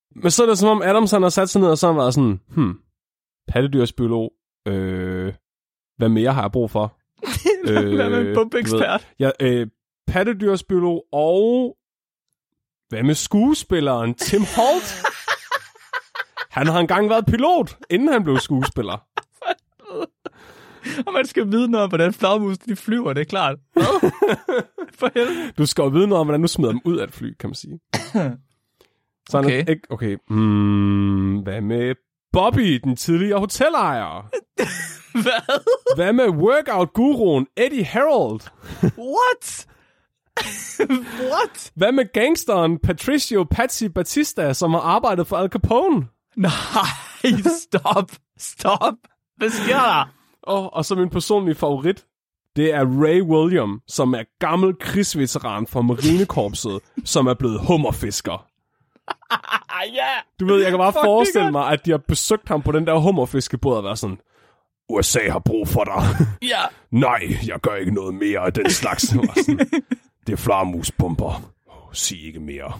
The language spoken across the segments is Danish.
Men så er det som om Adams han har sat sig ned og så har været sådan, pattedyrsbiolog, hvad mere har jeg brug for? Hvad med en bumpeekspert? Ja, pattedyrsbiolog og hvad med skuespilleren Tim Holt? Han har engang været pilot, inden han blev skuespiller. Og man skal vide noget om, hvordan flagermus de flyver, det er klart. For helvede. Du skal jo vide noget om, hvordan du smider dem ud af et fly, kan man sige. Så Okay. Okay. Hvad med Bobby, den tidligere hotelejer? Hvad? Hvad med workout-guruen Eddie Harold? What? What? Hvad med gangsteren Patricio Patsy Batista, som har arbejdet for Al Capone? Nej, stop. Hvad sker der? Og så min personlige favorit, det er Ray William, som er gammel krigsveteran fra Marinekorpset, som er blevet hummerfisker. Yeah. Du ved, jeg kan bare forestille mig, at de har besøgt ham på den der hummerfiskebåd og været sådan, USA har brug for dig. Ja. Nej, jeg gør ikke noget mere af den slags. Sådan, det er flagermusbomber. Sig ikke mere.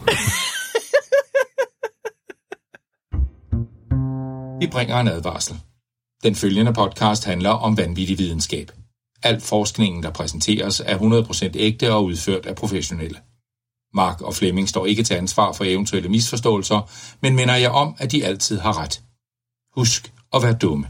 Vi bringer en advarsel. Den følgende podcast handler om vanvittig videnskab. Al forskningen, der præsenteres, er 100% ægte og udført af professionelle. Mark og Flemming står ikke til ansvar for eventuelle misforståelser, men minder jer om, at de altid har ret. Husk at være dumme.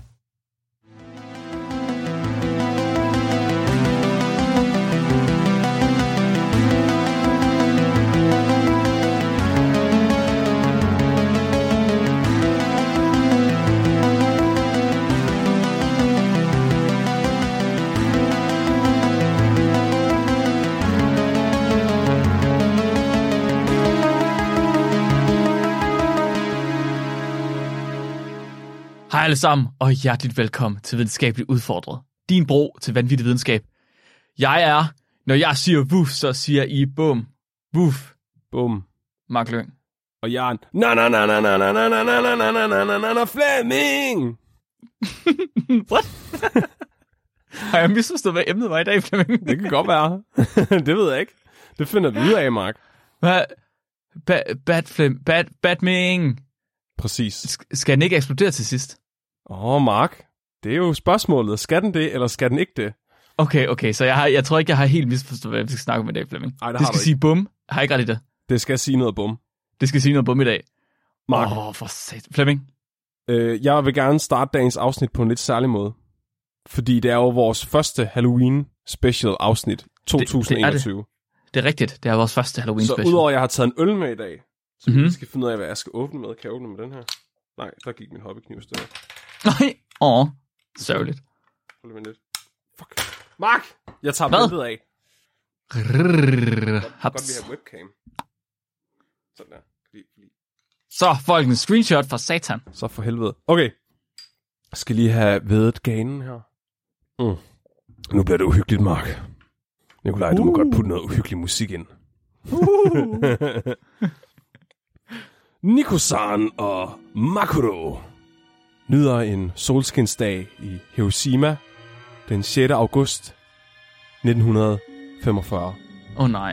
Hej alle sammen, og hjerteligt velkommen til Videnskabeligt Udfordret. Din bro til vanvittig videnskab. Når jeg siger woof, så siger I bum. Woof. Bum. Mark Lyng. Og jeg er Flemming! What? Har jeg misforstået, hvad emnet var i dag, Flemming? Det kan godt være. Det ved jeg ikke. Det finder du ud af, Mark. Hvad? Batming. Præcis. Skal den ikke eksplodere til sidst? Mark. Det er jo spørgsmålet. Skal den det, eller skal den ikke det? Okay, så jeg tror ikke, jeg har helt misforstået, hvad vi skal snakke om i dag, Flemming. Ej, det skal sige bum. Har jeg ikke ret i det? Det skal sige noget bum. Det skal sige noget bum i dag. Mark. For sat. Flemming? Jeg vil gerne starte dagens afsnit på en lidt særlig måde. Fordi det er jo vores første Halloween special afsnit 2021. Det er rigtigt. Det er vores første Halloween special. Så udover at jeg har taget en øl med i dag, så jeg skal finde ud af, hvad jeg skal åbne med. Kan jeg åbne med den her? Nej, der gik min hobbykniv stille. Nej. Sørgeligt. Hold lige lidt. Fuck. Mark! Jeg tager billedet af. Godt vi har webcam. Sådan der. Så folk en screenshot fra satan. Så for helvede. Okay. Jeg skal lige have vædet ganen her. Nu bliver det uhyggeligt, Mark. Nikolaj, du må godt putte noget uhyggelig musik ind. Niko-san og Makuro nyder en solskinsdag i Hiroshima den 6. august 1945. Nej.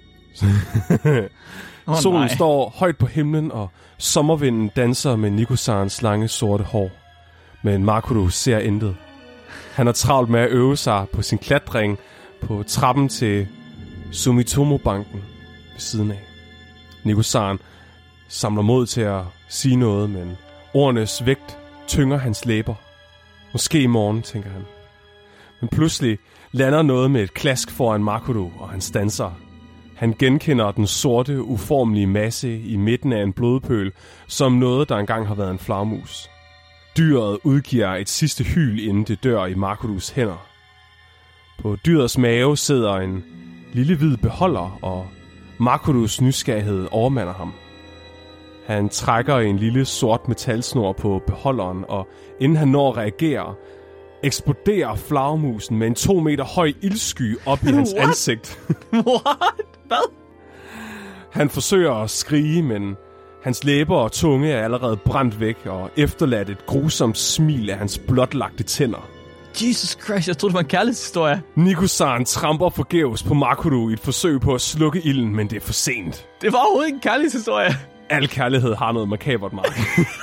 Solen står højt på himlen, og sommervinden danser med Niko-sans lange sorte hår. Men Makuro ser intet. Han har travlt med at øve sig på sin klatring på trappen til Sumitomo-banken ved siden af. Niko-san samler mod til at sige noget, men ordenes vægt tynger hans læber. Måske i morgen, tænker han. Men pludselig lander noget med et klask foran Makuro, og han standser. Han genkender den sorte, uformelige masse i midten af en blodpøl som noget, der engang har været en flagermus. Dyret udgiver et sidste hyl, inden det dør i Makuros hænder. På dyrets mave sidder en lille hvid beholder, og Makuros nysgerrighed overmander ham. Han trækker en lille sort metalsnor på beholderen, og inden han når at reagere, eksploderer flagermusen med en 2 meter høj ildsky op i hans ansigt. What? Hvad? Han forsøger at skrige, men hans læber og tunge er allerede brændt væk, og efterladt et grusomt smil af hans blotlagte tænder. Jesus Christ, jeg troede, det var en kærlighedshistorie. Niko-san tramper forgæves på Makuro i et forsøg på at slukke ilden, men det er for sent. Det var overhovedet ikke en kærlighedshistorie. Al kærlighed har noget makabert, Mark.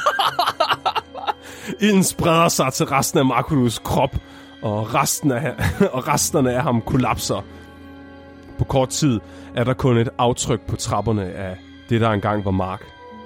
Ilden spreder sig til resten af Marculus krop, og resterne af ham kollapser. På kort tid er der kun et aftryk på trapperne af det, der engang var Mark.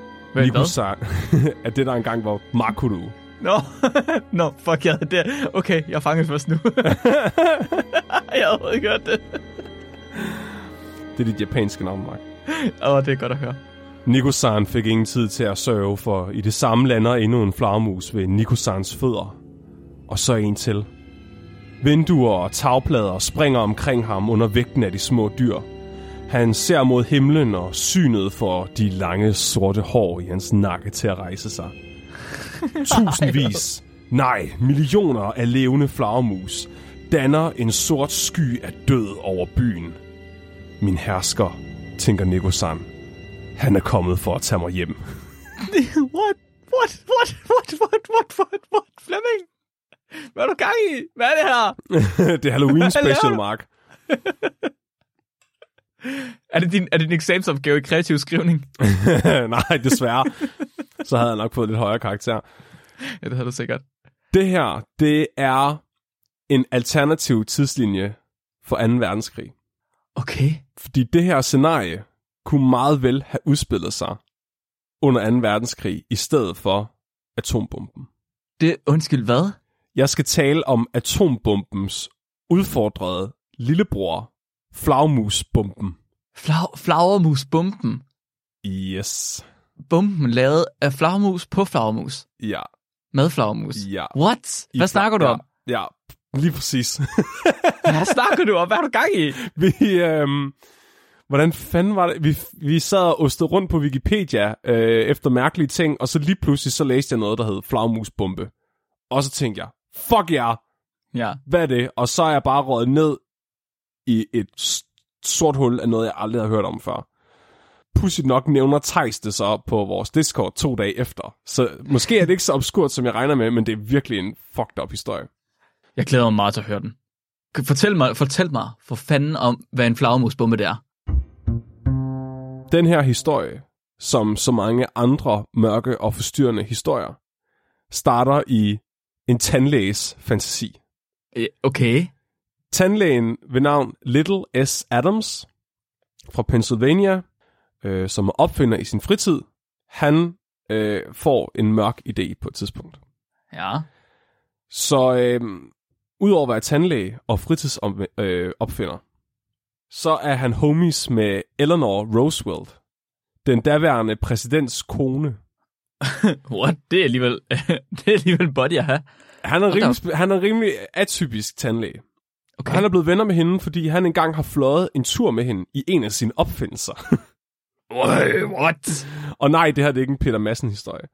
Af det, der engang var Markulu. Nå, fuck, jeg det. Okay, jeg fanger først nu. Jeg havde ikke hørt det. Det er dit japanske navn, Mark. Det er godt at høre. Niko-san fik ingen tid til at sørge, for i det samme lander endnu en flagermus ved Niko-sans fødder. Og så en til. Vinduer og tagplader springer omkring ham under vægten af de små dyr. Han ser mod himlen og synet for de lange sorte hår i hans nakke til at rejse sig. Tusindvis, millioner af levende flagermus danner en sort sky af død over byen. Min hersker, tænker Niko-san. Han er kommet for at tage mig hjem. What? Flemming? Hvad er du gang i? Hvad er det her? Det er Halloween special, Mark. Er det din eksamensopgave i kreativ skrivning? Nej, desværre. Så havde jeg nok fået lidt højere karakter. Ja, det havde du sikkert. Det her, det er en alternativ tidslinje for 2. verdenskrig. Okay. Fordi det her scenarie kunne meget vel have udspillet sig under 2. verdenskrig i stedet for atombomben. Undskyld, hvad? Jeg skal tale om atombombens udfordrede lillebror, flagmusbomben. Flagermusbomben? Yes. Bomben lavet af flagermus på flagermus? Ja. Med flagermus? Ja. What? Hvad snakker du om? Ja, lige præcis. Hvad snakker du om? Hvad er du gang i? Hvordan fanden var det? Vi sad og ostede rundt på Wikipedia efter mærkelige ting, og så lige pludselig så læste jeg noget, der hed flagmusbombe. Og så tænkte jeg, fuck yeah. Ja. Hvad er det? Og så er jeg bare røget ned i et sort hul af noget, jeg aldrig har hørt om før. Pudsigt nok nævner Theis det så på vores Discord 2 dage efter. Så måske er det ikke så obskurt, som jeg regner med, men det er virkelig en fucked up historie. Jeg glæder mig meget til at høre den. Fortæl mig for fanden om, hvad en flagermusbombe det er. Den her historie, som så mange andre mørke og forstyrrende historier, starter i en tandlæges fantasi. Okay. Tandlægen ved navn Little S. Adams fra Pennsylvania, som er opfinder i sin fritid, han får en mørk idé på et tidspunkt. Ja. Så udover at være tandlæge og fritidsopfinder, så er han homies med Eleanor Roosevelt, den daværende præsidents kone. What? Det er alligevel body at have. Han er rimelig atypisk tandlæge. Okay. Han er blevet venner med hende, fordi han engang har fløjet en tur med hende i en af sine opfindelser. What? Og nej, det her det er ikke en Peter Madsen-historie.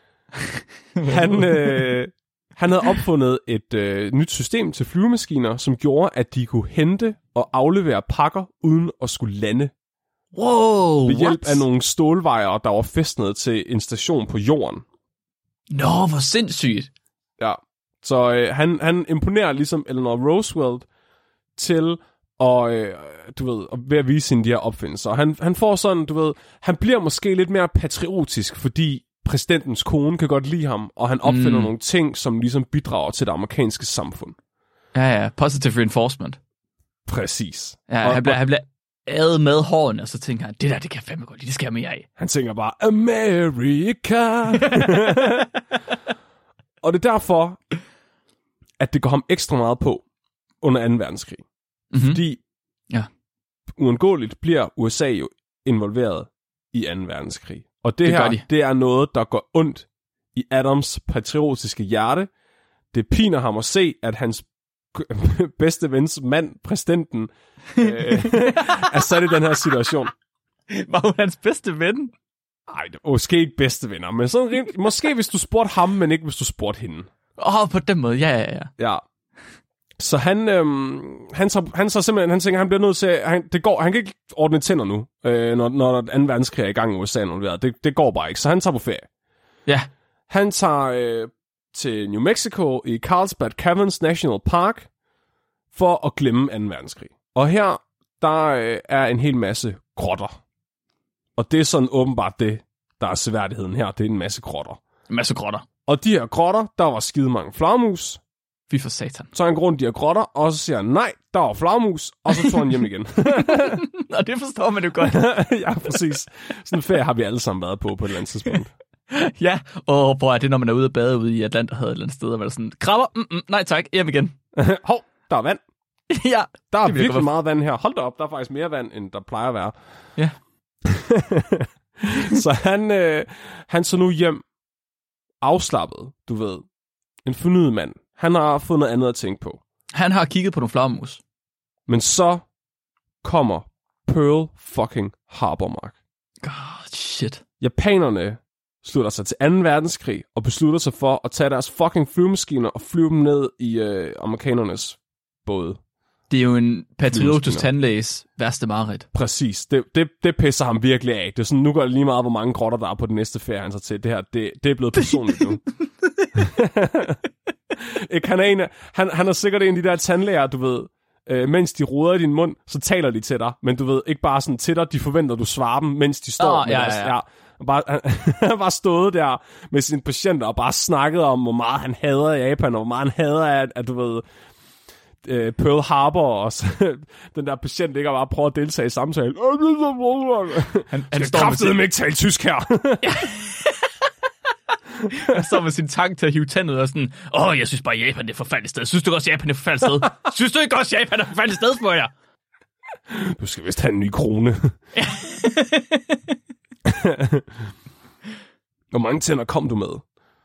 Han havde opfundet et nyt system til flyvemaskiner, som gjorde, at de kunne hente og aflevere pakker uden at skulle lande. Wow, ved hjælp af nogle stålvejer, der var fæstnet til en station på jorden. Nå, hvor sindssygt. Ja, så han imponerer ligesom Eleanor Roosevelt til ved at vise sine de her opfindelser. Han får sådan, han bliver måske lidt mere patriotisk, fordi præsidentens kone kan godt lide ham, og han opfinder nogle ting, som ligesom bidrager til det amerikanske samfund. Ja, positive reinforcement. Præcis. Ja, han bliver ædet med hårene, og så tænker han, det der, det kan jeg fandme godt lide, det skal jeg mere af. Han tænker bare, America! Og det er derfor, at det går ham ekstra meget på under 2. verdenskrig. Mm-hmm. Fordi uundgåeligt bliver USA jo involveret i 2. verdenskrig. Og det her, det er noget, der går ondt i Adams patriotiske hjerte. Det piner ham at se, at hans bedste vens mand, præsidenten, er sat i den her situation. Var hun hans bedste ven? Nej, måske ikke bedste venner, men sådan måske hvis du spurgte ham, men ikke hvis du spurgte hende. På den måde, ja. Ja. Så han så simpelthen, han tænker, han bliver nødt til, han kan ikke ordne tænder nu, når 2. verdenskrig er i gang i USA. Det går bare ikke, så han tager på ferie. Ja. Han tager til New Mexico i Carlsbad Caverns National Park for at glemme 2. verdenskrig. Og her, der er en hel masse grotter. Og det er sådan åbenbart det, der er seværdigheden her. Det er en masse grotter. En masse grotter. Og de her grotter, der var skide mange flagermus. Vi for satan. Så han går rundt de her grotter, og så siger han, nej, der var flagermus, og så tog han hjem igen. Nå, det forstår man jo godt. Ja, præcis. Sådan en ferie har vi alle sammen været på et eller andet tidspunkt. Ja, og prøv at det, når man er ude at bade ude i Atlanta, et eller andet sted, og var sådan, krabber, nej tak, hjem igen. Hov, der er vand. Ja. Der er virkelig meget vand her. Hold da op, der er faktisk mere vand, end der plejer at være. Ja. Så han så nu hjem afslappet, du ved. En fornyet mand. Han har fået noget andet at tænke på. Han har kigget på nogle flagermus. Men så kommer Pearl fucking Harbor, Mark. Shit. Japanerne slutter sig til 2. verdenskrig og beslutter sig for at tage deres fucking flyvemaskiner og flyve dem ned i amerikanernes både. Det er jo en patriotus tandlæges værste mareridt. Præcis. Det pisser ham virkelig af. Det er sådan, nu går det lige meget, hvor mange grotter der er på den næste ferie, han så til. Det her, det er blevet personligt nu. Han er sikkert en af de der tandlæger, du ved, mens de roder i din mund, så taler de til dig. Men du ved, ikke bare sådan til dig, de forventer, du svarer dem, mens de står med deres... Ja. Han bare stået der med sine patienter og bare snakket om, hvor meget han hader Japan, og hvor meget han hader, at du ved... Pearl Harbor, og så den der patient ikke bare prøver at deltage i samtalen. Han står kraftedeme ikke tale tysk her. Han står med sin tang til at hive tændet og sådan, jeg synes bare, Japan er et forfærdeligt sted. Synes du også, Japan er et forfærdeligt sted? Synes du ikke også, Japan er et forfærdeligt sted for jer? Du skal vist have en ny krone. Hvor mange tænder kom du med?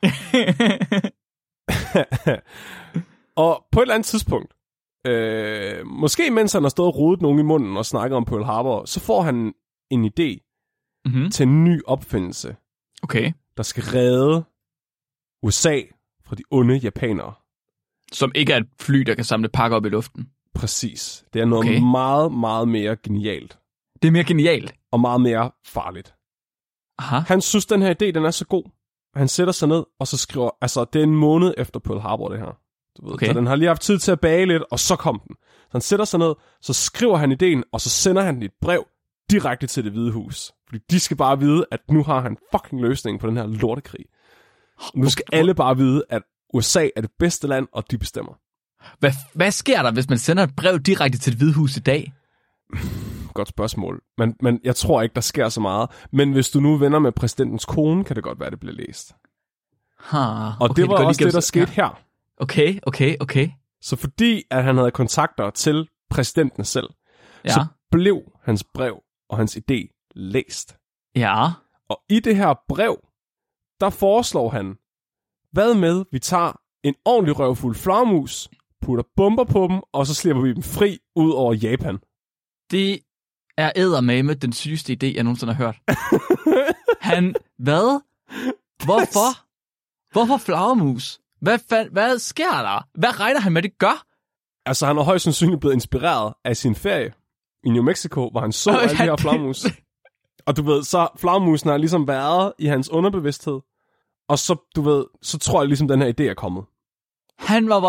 Og på et eller andet tidspunkt, måske mens han har stået og rodet nogen i munden og snakket om Pearl Harbor, så får han en idé til en ny opfindelse, der skal redde USA fra de onde japanere. Som ikke er et fly, der kan samle pakker op i luften. Præcis. Det er noget meget, meget mere genialt. Det er mere genialt? Og meget mere farligt. Aha. Han synes, den her idé, den er så god. Han sætter sig ned, og så skriver, altså det er en måned efter Pearl Harbor, det her. Du ved, så den har lige haft tid til at bage lidt, og så kom den. Så han sætter sig ned, så skriver han ideen, og så sender han et brev direkte til Det Hvide Hus. Fordi de skal bare vide, at nu har han fucking løsningen på den her lortekrig. Nu skal alle bare vide, at USA er det bedste land, og de bestemmer. Hvad sker der, hvis man sender et brev direkte til Det Hvide Hus i dag? Godt spørgsmål. Men jeg tror ikke, der sker så meget. Men hvis du nu venner med præsidentens kone, kan det godt være, det bliver læst. Og det var også det, der skete her. Okay. Så fordi, at han havde kontakter til præsidenten selv, så blev hans brev og hans idé læst. Ja. Og i det her brev, der foreslår han, hvad med, vi tager en ordentlig røvfuld flagermus, putter bomber på dem, og så slipper vi dem fri ud over Japan. Det er eddermame den sygeste idé, jeg nogensinde har hørt. Hvad? Hvorfor? Hvorfor flagermus? Hvad sker der? Hvad regner han med, det gør? Altså, han er højst sandsynligt blevet inspireret af sin ferie i New Mexico, hvor han så alle de her flagermus. Og du ved, så flagermusen har ligesom været i hans underbevidsthed. Og så, du ved, så tror jeg ligesom, den her idé er kommet. Han var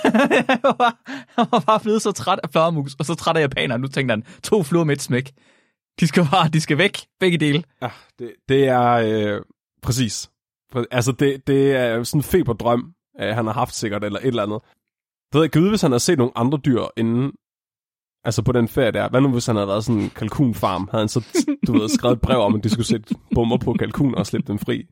bare blevet så træt af flagermus, og så træt af japanere. Nu tænkte han, 2 fluer med et smæk. De skal væk, begge dele. Ja, det er præcis. Altså, det er sådan en feberdrøm, han har haft sikkert, eller et eller andet. Jeg ved ikke, hvis han har set nogle andre dyr inden, altså på den ferie der. Hvad nu, hvis han havde været sådan en kalkunfarm? Havde han så, du ved, skrevet et brev om, at de skulle sætte bomber på kalkuner og slippe dem fri?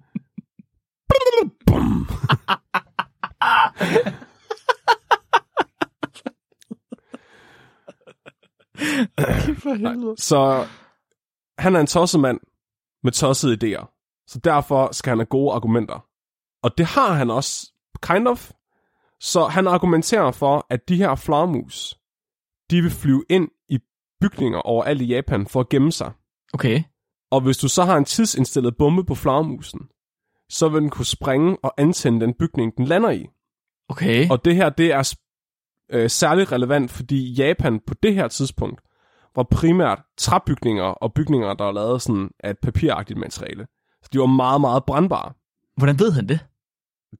Så han er en tosset mand med tossede idéer. Så derfor skal han have gode argumenter. Og det har han også, kind of. Så han argumenterer for, at de her flagermus, de vil flyve ind i bygninger overalt i Japan for at gemme sig. Okay. Og hvis du så har en tidsindstillet bombe på flagermusen, så vil den kunne springe og antænde den bygning, den lander i. Okay. Og det her, det er særligt relevant, fordi Japan på det her tidspunkt var primært træbygninger og bygninger, der var lavet sådan af et papiragtigt materiale. Så de var meget, meget brandbare. Hvordan ved han det?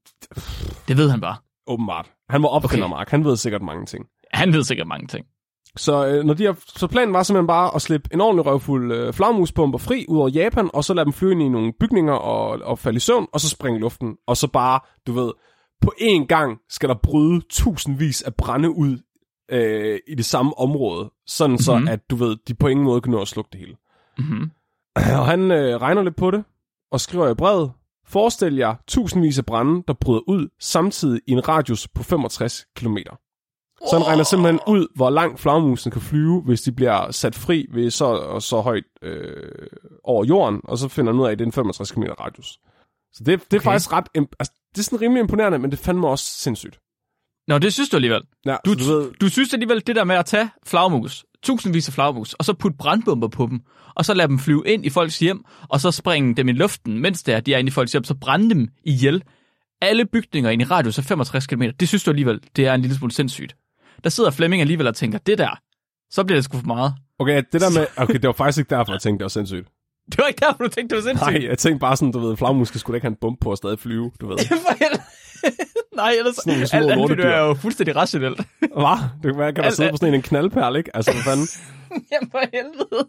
Det ved han bare. Åbenbart. Han var opfinder, Mark. Han ved sikkert mange ting. Han ved sikkert mange ting. Så planen var simpelthen bare at slippe en ordentlig røvfuld flagmusbomber fri ud over Japan, og så lade dem flyve ind i nogle bygninger og falde i søvn, og så springe i luften. Og så bare, du ved, på én gang skal der bryde tusindvis af brande ud i det samme område, sådan så, at du ved, de på ingen måde kan nå at slukke det hele. Mm-hmm. Og han regner lidt på det, og skriver i brevet, forestil jer tusindvis af brande, der bryder ud samtidig i en radius på 65 kilometer. Så han regner simpelthen ud, hvor langt flagmusen kan flyve, hvis de bliver sat fri ved så højt over jorden, og så finder han ud af, at det er en 65 km radius. Så det er faktisk ret... Altså, det er sådan rimelig imponerende, men det fandme også sindssygt. Nå, det synes du alligevel. Ja, du synes alligevel, det der med at tage flagmus, tusindvis af flagmus, og så putte brandbomber på dem, og så lade dem flyve ind i folks hjem, og så springe dem i luften, mens de er inde i folks hjem, så brænde dem ihjel. Alle bygninger ind i radius af 65 km, det synes du alligevel, det er en lille smule sindssygt. Der sidder Flemming alligevel og tænker, det der, så bliver det sgu for meget. Okay, det der med... Okay, det var faktisk ikke derfor, jeg tænkte, det var sindssygt. Det var ikke derfor, du tænkte, det var sindssygt? Nej, jeg tænkte bare sådan, du ved, flagmus skulle da ikke have en bombe på og stadig flyve, du ved. Nej, ellers alt andet er jo fuldstændig rationelt. Hvad? Det kan være, kan der sidde på sådan en knaldperle, ikke? Altså, hvad fanden? Jamen for helvede.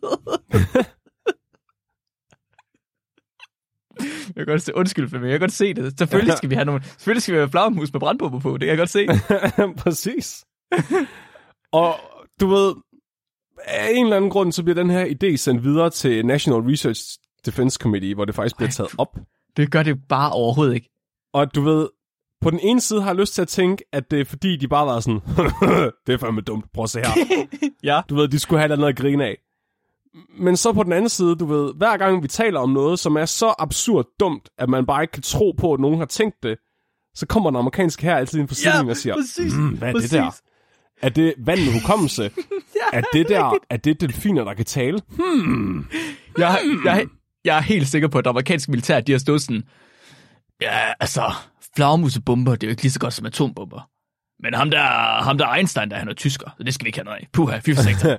Jeg kan godt se, undskyld for mig, jeg kan godt se det. Selvfølgelig skal vi have flagmus med brandbomber på, det kan jeg godt se. Præcis. Og du ved, af en eller anden grund, så bliver den her idé sendt videre til National Research Defense Committee, hvor det faktisk bliver taget op. Det gør det bare overhovedet ikke. Og du ved, på den ene side har jeg lyst til at tænke, at det er fordi, de bare var sådan, det er fandme dumt, prøv at se her. Ja. Du ved, de skulle have noget at grine af. Men så på den anden side, du ved, hver gang vi taler om noget, som er så absurd dumt, at man bare ikke kan tro på, at nogen har tænkt det, så kommer den amerikanske her altid en forsikring og siger, hvad er det der? Er det vand med hukommelse? Er det delfiner, der kan tale? Jeg er helt sikker på, at det amerikanske militær, de har stået sådan, ja, altså, flagmusebomber, det er jo ikke lige så godt som atombomber. Men ham der Einstein, der er noget tysker, så det skal vi ikke have noget af. Puha, fy for sektor.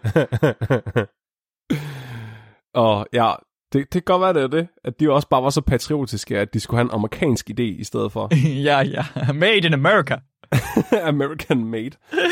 Og ja, det kan godt være, det er det, at de også bare var så patriotiske, at de skulle have en amerikansk idé i stedet for. Ja. Made in America. American made.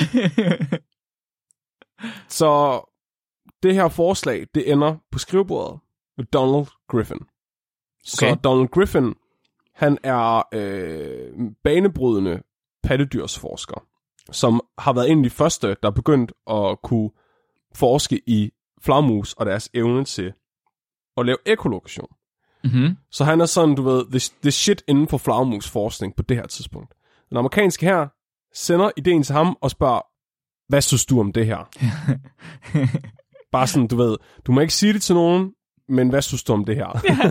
Så det her forslag, det ender på skrivebordet med Donald Griffin. Okay. Så Donald Griffin, han er banebrydende pattedyrsforsker, som har været en af de første, der er begyndt at kunne forske i flagmus og deres evne til at lave ekolokation. Mm-hmm. Så han er sådan, du ved, the shit inden for flagmusforskning på det her tidspunkt. Den amerikanske her sender ideen til ham og spørger, hvad synes du om det her? Bare sådan, du ved, du må ikke sige det til nogen, men hvad synes du om det her?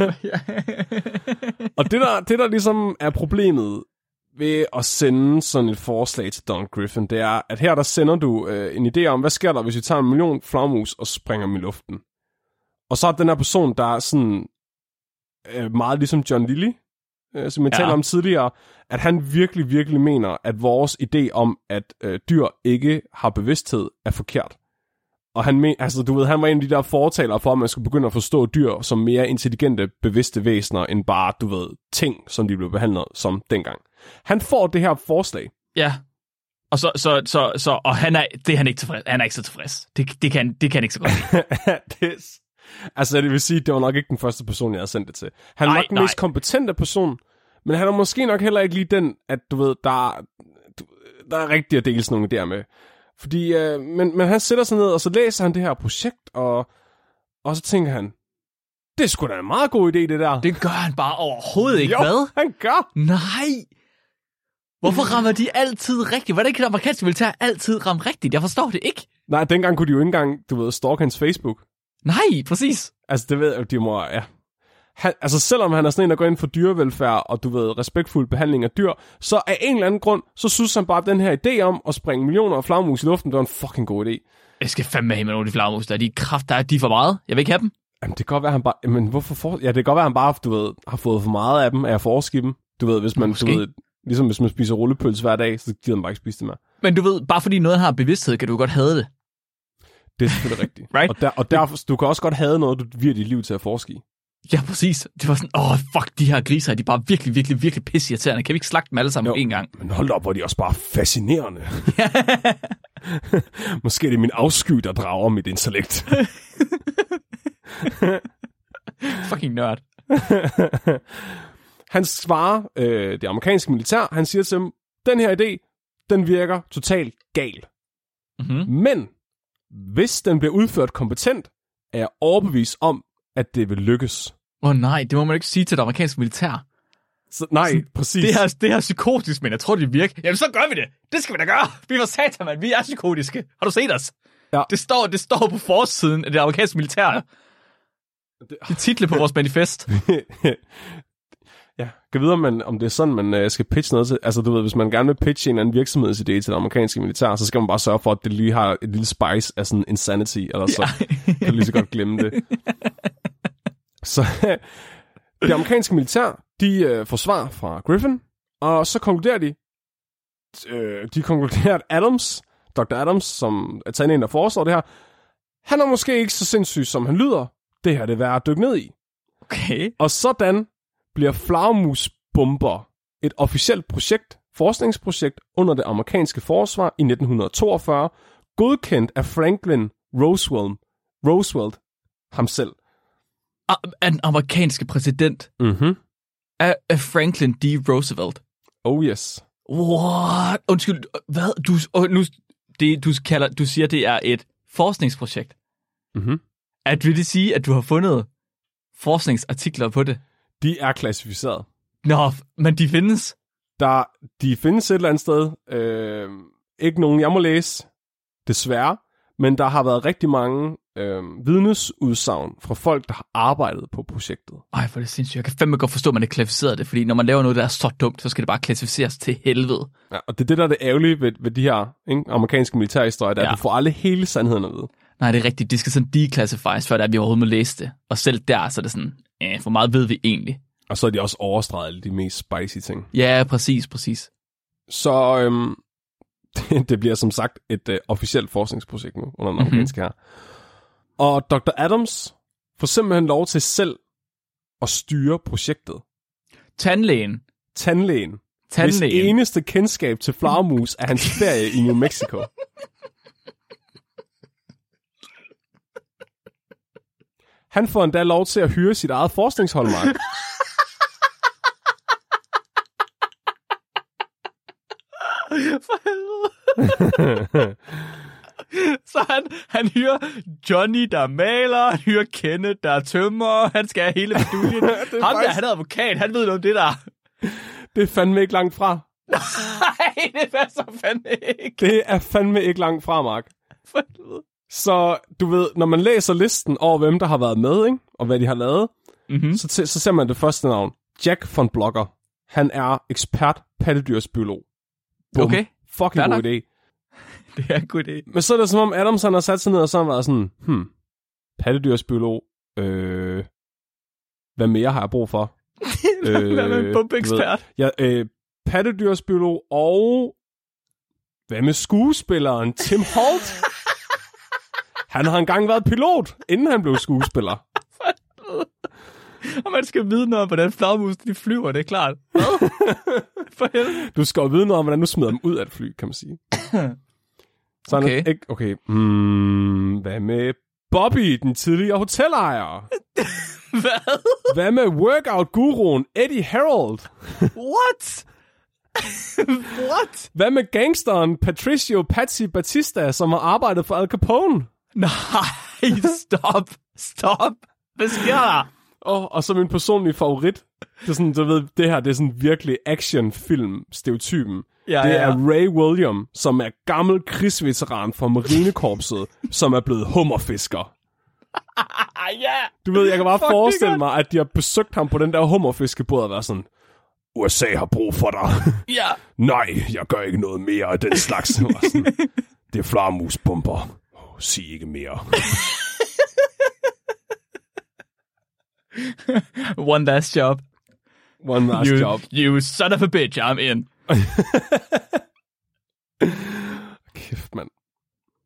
Og det der ligesom er problemet ved at sende sådan et forslag til Donald Griffin, det er, at her der sender du en idé om, hvad sker der, hvis vi tager 1 million flagmus og springer dem i luften? Og så er den her person, der er sådan meget ligesom John Lilly, som jeg talte om tidligere, at han virkelig, virkelig mener, at vores idé om, at dyr ikke har bevidsthed, er forkert. Og han han var en af de der fortalere for, at man skulle begynde at forstå dyr som mere intelligente, bevidste væsener, end bare, du ved, ting, som de blev behandlet som dengang. Han får det her forslag. Ja. Og og det er han ikke tilfreds. Han er ikke så tilfreds. Det kan han ikke så godt. Altså, det vil sige, det var nok ikke den første person, jeg havde sendt det til. Han er nok den mest kompetente person, men han er måske nok heller ikke lige den, at du ved, der er rigtigt at dele sådan nogle idéer med. Fordi, men han sætter sig ned, og så læser han det her projekt, og så tænker han, det er sgu da en meget god idé, det der. Det gør han bare overhovedet ikke, hvad? Han gør. Nej. Hvorfor rammer de altid rigtigt? Hvordan kan det amerikanske militær altid ramme rigtigt? Jeg forstår det ikke. Nej, dengang kunne de jo ikke engang, du ved, stalke hans Facebook. Nej, præcis. Altså, det ved jeg, de må, ja. Altså, selvom han er sådan en, der går ind for dyrevelfærd, og du ved, respektfuld behandling af dyr, så af en eller anden grund, så synes han bare, at den her idé om at springe millioner af flagmus i luften, det var en fucking god idé. Jeg skal fandme have med nogle af de flagmus, der er de er for meget. Jeg vil ikke have dem. Jamen, det kan godt være, han bare... Men hvorfor ja, det kan godt være, han bare, du ved, har fået for meget af dem, af at forske dem. Du ved, hvis man, du ved, ligesom hvis man spiser rullepølse hver dag, så gider man bare ikke spise det mere. Men du ved, bare fordi noget har bevidsthed, kan du godt have det. Det er selvfølgelig rigtigt. Right? Og derfor, du kan også godt have noget, du virer dit liv til at forske i. Ja, præcis. Det var sådan, fuck, de her griser, de er bare virkelig, virkelig, virkelig pisseirriterende. Kan vi ikke slagte dem alle sammen på en gang? Men hold op, hvor de også bare fascinerende. Måske det er min afsky, der drager mit intellekt. Fucking nørd. Han svarer det amerikanske militær, han siger til dem, den her idé, den virker totalt gal. Mm-hmm. Men hvis den bliver udført kompetent, er jeg overbevist om, at det vil lykkes. Nej, det må man ikke sige til det amerikanske militær. Så, nej, præcis. Det her psykotisk, men jeg tror, det virker. Jamen, så gør vi det. Det skal vi da gøre. Vi var satan, mand. Vi er psykotiske. Har du set os? Ja. Det står på forsiden af det amerikanske militær. Det er titlen på vores manifest. Ja, kan vide, om det er sådan, man skal pitche noget til. Altså, du ved, hvis man gerne vil pitche en eller anden virksomhedsidé til det amerikanske militær, så skal man bare sørge for, at det lige har et lille spice af sådan insanity, eller så kan du lige så godt glemme det. Så det amerikanske militær, de får svar fra Griffin, og så konkluderer de konkluderer, at Adams, Dr. Adams, som er taget en, der foreslår det her, han er måske ikke så sindssyg, som han lyder. Det her, det er værd at dykke ned i. Okay. Og sådan bliver flagermusbomber et officielt forskningsprojekt under det amerikanske forsvar i 1942, godkendt af Franklin Roosevelt ham selv. Den amerikanske præsident af Franklin D. Roosevelt. Oh yes. What? Undskyld, hvad? Du siger, det er et forskningsprojekt. Mm-hmm. Vil det sige, at du har fundet forskningsartikler på det? De er klassificeret. Nå, men de findes? De findes et eller andet sted. Ikke nogen, jeg må læse, desværre. Men der har været rigtig mange vidnesudsagn fra folk, der har arbejdet på projektet. Ej, for det er sindssygt. Jeg kan fandme godt forstå, at man ikke klassificerer det, fordi når man laver noget, der er så dumt, så skal det bare klassificeres til helvede. Ja, og det er det, der er det ærgerlige ved de her amerikanske militærhistorier, at du får aldrig hele sandheden at vide. Nej, det er rigtigt. De skal sådan declassifies, før vi overhovedet må læse det. Og selv der, så er det sådan, hvor meget ved vi egentlig? Og så er de også overstreget alle de mest spicy ting. Ja, præcis. Så det bliver som sagt et officielt forskningsprojekt nu, under den amerikanske her. Og Dr. Adams får simpelthen lov til selv at styre projektet. Tandlægen. Hvis eneste kendskab til flagermus er hans ferie i New Mexico. Han får endda lov til at hyre sit eget forskningshold, Mark. For helvede. Så han hyrer Johnny, der maler, han hyrer Kenneth, der tømmer, han skal have hele beduljen. Han er advokat, han ved noget om det der. Det er fandme ikke langt fra. Nej, det passer fandme ikke. Det er fandme ikke langt fra, Mark. For helvede. Så du ved, når man læser listen over, hvem der har været med, ikke? Og hvad de har lavet, så ser man det første navn. Jack von Blocker. Han er ekspert pattedyrsbiolog. Okay. Fucking god idé. Det er en god idé. Men så er det som om Adams han har sat sig ned og så har været sådan, pattedyrsbiolog, hvad mere har jeg brug for? Hvad med en bombeekspert? Ja, pattedyrsbiolog og hvad med skuespilleren Tim Holt? Han har engang været pilot, inden han blev skuespiller. Og man skal vide noget om, hvordan flagermus de flyver, det er klart. For helvede. Du skal jo vide noget om, hvordan du smider dem ud af et fly, kan man sige. Så okay. Okay. Hvad med Bobby, den tidligere hotelejer? Hvad med workout-guruen Eddie Harold? What? What? Hvad med gangsteren Patricio Patsy Batista, som har arbejdet for Al Capone? Nej, stop. Hvad sker der? Og så min personlige favorit. Det er sådan, du ved, det her, det er sådan virkelig actionfilm-stereotypen. Ja, det er Ray William, som er gammel krigsveteran fra Marinekorpset, som er blevet hummerfisker. Du ved, jeg kan bare forestille mig, at de har besøgt ham på den der hummerfiskebåd og været sådan, USA har brug for dig. Ja. Nej, jeg gør ikke noget mere af den slags. Sådan, det er flagermusbomber. Sig ikke mere. One last job. You son of a bitch, I'm in. Kæft, mand.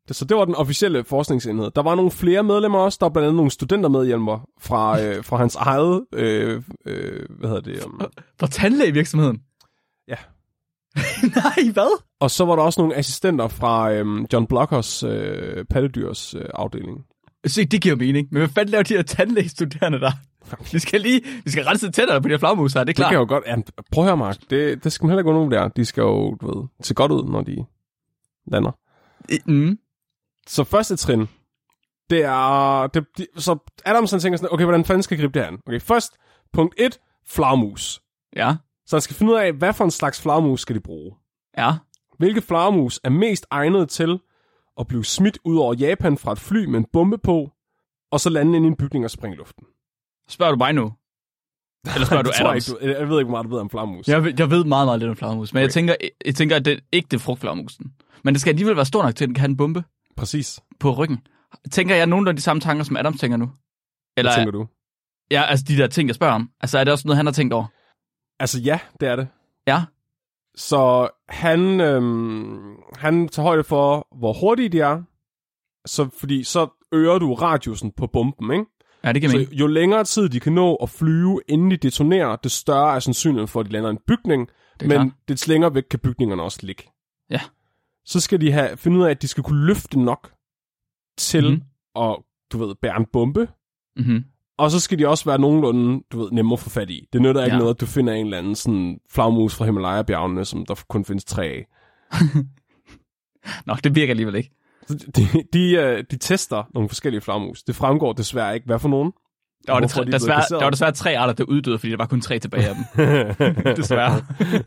Så det var den officielle forskningsenhed. Der var nogle flere medlemmer også. Der var blandt andet nogle studentermedhjælper fra hans eget... hvad hedder det? Fra tandlægevirksomheden? Ja. Nej, hvad? Og så var der også nogle assistenter fra John Blockers pattedyrs afdeling. Se, det giver mening. Men hvad fanden laver de her tandlægestuderende der? Vi skal rense tænderne på de her flagmus her, det er klart. Det kan jo godt... Ja, prøv at høre, Mark. Det skal man heller ikke gå nogen der. De skal jo, du ved, se godt ud, når de lander. Så første trin, det er... så Adamson tænker sådan, okay, hvordan fanden skal jeg gribe det her an? Okay, først, punkt 1, flagmus. Ja. Så han skal finde ud af, hvad for en slags flagmus skal de bruge. Ja. Hvilke flagmus er mest egnet til at blive smidt ud over Japan fra et fly med en bombe på, og så lande ind i en bygning og springe i luften? Spørger du mig nu? Eller spørger du Adams? Jeg ved ikke, hvor meget du ved om flagmus. Jeg ved meget, meget lidt om flagmus, men okay. jeg tænker, at det ikke det er frugtflagmusen. Men det skal alligevel være stor nok til, at den kan have en bombe. Præcis. På ryggen. Tænker jeg nogen af de samme tanker, som Adams tænker nu? Eller, hvad tænker du? Ja, altså de der ting, jeg spørger om. Altså er det også noget, han har tænkt over? Altså ja, det er det. Ja. Så han tager højde for, hvor hurtige de er. Fordi så øger du radiusen på bomben, ikke? Ja, det kan man. Så jo længere tid de kan nå at flyve, inden de detonerer, det større er sandsynligheden for, at de lander i en bygning. Men det længere væk kan bygningerne også ligge. Ja. Så skal de finde ud af, at de skal kunne løfte nok til at, du ved, bære en bombe. Mm-hmm. Og så skal de også være nogenlunde, du ved, nemme at få fat i. Det nytter ikke noget, at du finder en eller anden sådan flagmus fra Himalaya-bjergene, som der kun findes 3 af. Nå, det virker alligevel ikke. De tester nogle forskellige flagmus. Det fremgår desværre ikke, hvad for nogen. Der var desværre 3 arter, der uddøde, fordi der var kun 3 tilbage af dem. Desværre.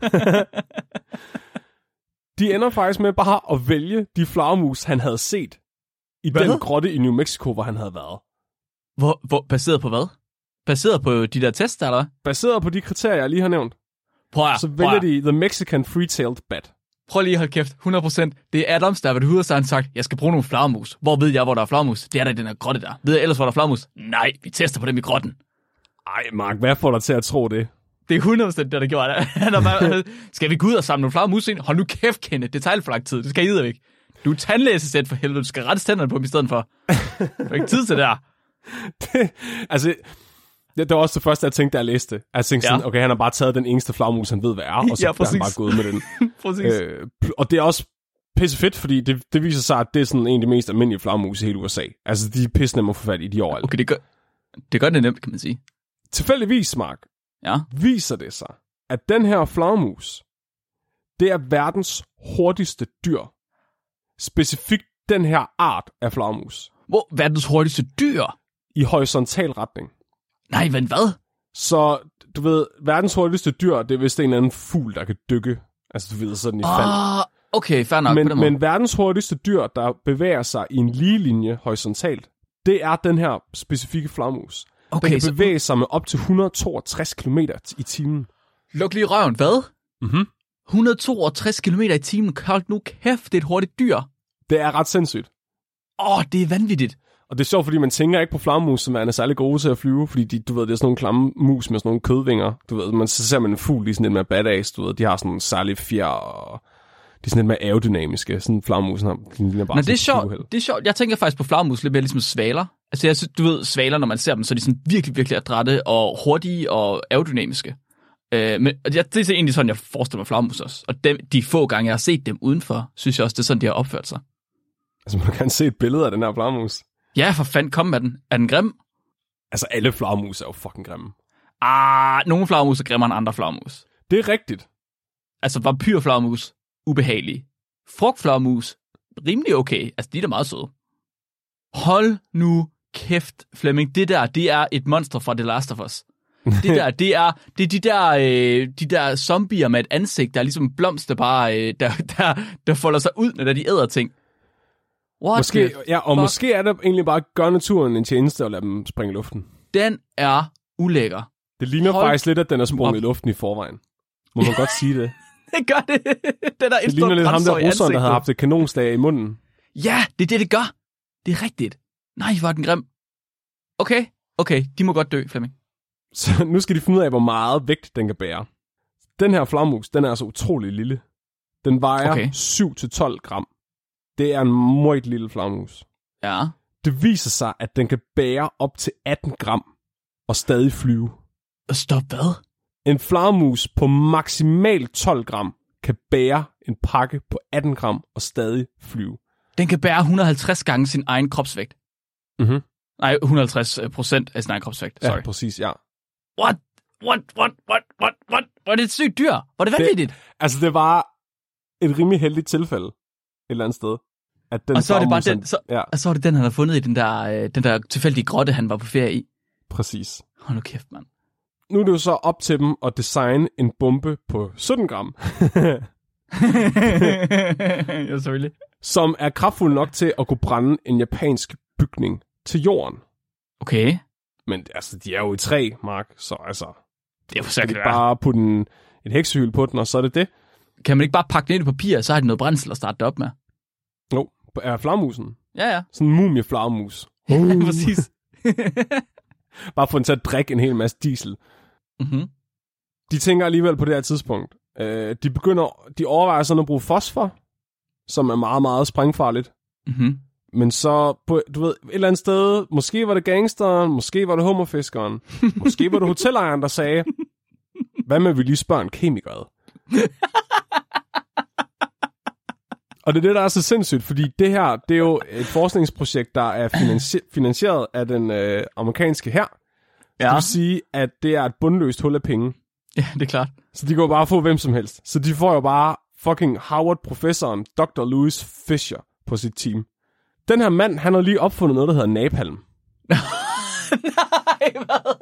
De ender faktisk med bare at vælge de flagmus, han havde set i den grotte i New Mexico, hvor han havde været. Hvor baseret på hvad? Baseret på de der tests, eller? Baseret på de kriterier, jeg lige har nævnt. Så vælger de The Mexican Free-tailed Bat. Prøv lige at holde kæft. 100%. Det er Adams, der har været ude og så han sagt, jeg skal bruge nogle flagmus. Hvor ved jeg, hvor der er flagmus? Det er der i den her grotte der. Ved jeg ellers, hvor der er flagmus? Nej, vi tester på dem i grotten. Ej, Mark, hvad får dig til at tro det? Det er 100% det, der gjorde det. Skal vi gå ud og samle nogle flagmus ind? Hold nu kæft, Kenneth. Det er teglflagtid. Det skal I ikke. Du er tandlæsesæt for helvede. Du skal rette tænderne på dem i stedet for. Du har ikke tid til det her. Det var også det første, jeg tænkte, da jeg læste det. Jeg tænkte sådan, okay, han har bare taget den eneste flagmus, han ved, hvad er, og så er han bare gået med den. Og det er også pissefedt, fordi det viser sig, at det er sådan en af de mest almindelige flagmus i hele USA. Altså, de er pissnemme at få fat i de overalt. Okay, det gør det nemt, kan man sige. Tilfældigvis, Mark, viser det sig, at den her flagmus, det er verdens hurtigste dyr. Specifikt den her art af flagmus. Hvor verdens hurtigste dyr? I horisontal retning. Nej, men hvad? Så, du ved, verdens hurtigste dyr, det er vist en eller anden fugl, der kan dykke. Altså, du ved, sådan i fald. Okay, fair nok. Men verdens hurtigste dyr, der bevæger sig i en lige linje horisontalt, det er den her specifikke flagmus. Okay, den kan bevæge sig med op til 162 km i timen. Luk lige røven, hvad? 162 km i timen. Hold nu kæft, det er et hurtigt dyr. Det er ret sindssygt. Det er vanvittigt. Og det er sjovt, fordi man tænker ikke på flagmus, som er særlig gode til at flyve, fordi du ved, det er sådan nogle klamme mus med sådan nogle kødvinger. Du ved, så ser man en fugl, de er sådan lidt mere badass, du ved, de har sådan nogle særlige fjer, og de er sådan lidt mere aerodynamiske. Sådan flagmusen har, de bare. Men det er sjovt. Jeg tænker faktisk på flagmus lidt mere ligesom svaler. Altså, jeg synes, du ved, svaler, når man ser dem, så er de sådan virkelig, virkelig adrætte og hurtige og aerodynamiske. Men det er egentlig sådan, jeg forestiller mig flagmus også. Og de få gange, jeg har set dem udenfor, synes jeg også, det er sådan, de har opført sig. Altså, man kan se et billede af den her flagmus. Ja, for fanden, kom med den. Er den grim? Altså, alle flagmus er jo fucking grimme. Nogle flagmus er grimmere end andre flagmus. Det er rigtigt. Altså, vampyrflagmus, ubehagelige. Frugtflagmus, rimelig okay. Altså, de er da meget søde. Hold nu kæft, Flemming. Det er et monster fra The Last of Us. Det er de der zombier med et ansigt, der er ligesom blomster bare, der folder sig ud, når de æder ting. Måske er det egentlig bare at gøre naturen en tjeneste og lade dem springe i luften. Den er ulækker. Det ligner faktisk lidt, at den er sprunget i luften i forvejen. Må man godt sige det? Det gør det. Det ligner lidt ham der russeren, der havde haft et kanonslag i munden. Ja, det gør. Det er rigtigt. Nej, hvor er den grim. Okay, de må godt dø, Flemming. Så nu skal de finde ud af, hvor meget vægt den kan bære. Den her flagmus, den er altså utrolig lille. Den vejer 7-12 gram. Det er en meget lille flagermus. Ja. Det viser sig, at den kan bære op til 18 gram og stadig flyve. Stop, hvad? En flagermus på maksimalt 12 gram kan bære en pakke på 18 gram og stadig flyve. Den kan bære 150 gange sin egen kropsvægt. Mhm. Nej, 150% af sin egen kropsvægt. Sorry. Ja, præcis, ja. What? Var det et sygt dyr? Var det vanvittigt? Altså, det var et rimelig heldigt tilfælde et eller andet sted. At den og så er det bare den, ja. så er det den, han har fundet i den der tilfældige grotte, han var på ferie i. Præcis. Hold nu kæft, mand. Nu er det jo så op til dem at designe en bombe på 17 gram. Ja, selvfølgelig. Som er kraftfuld nok til at kunne brænde en japansk bygning til jorden. Okay. Men altså, de er jo i træ, Mark, så altså... Det er for sikkert bare putte en heksehyl på den, og så er det det. Kan man ikke bare pakke det ind i papir, så har de noget brændsel at starte det op med? Jo, er flagermusen. Ja. Sådan en mumie-flagermus. Præcis. Bare få den til at drikke en hel masse diesel. Mm-hmm. De tænker alligevel på det her tidspunkt. De overvejer sådan at bruge fosfor, som er meget, meget sprængfarligt. Mm-hmm. Men så, du ved, et eller andet sted, måske var det gangsteren, måske var det hummerfiskeren, måske var det hotelejeren, der sagde, hvad med vi lige spørger en kemiker? Og det er det, der er så sindssygt, fordi det her, det er jo et forskningsprojekt, der er finansieret af den amerikanske hær. Ja. Det vil sige, at det er et bundløst hul af penge. Ja, det er klart. Så de kan jo bare få hvem som helst. Så de får jo bare fucking Harvard-professoren Dr. Louis Fisher på sit team. Den her mand, han har lige opfundet noget, der hedder napalm. Nej, hvad?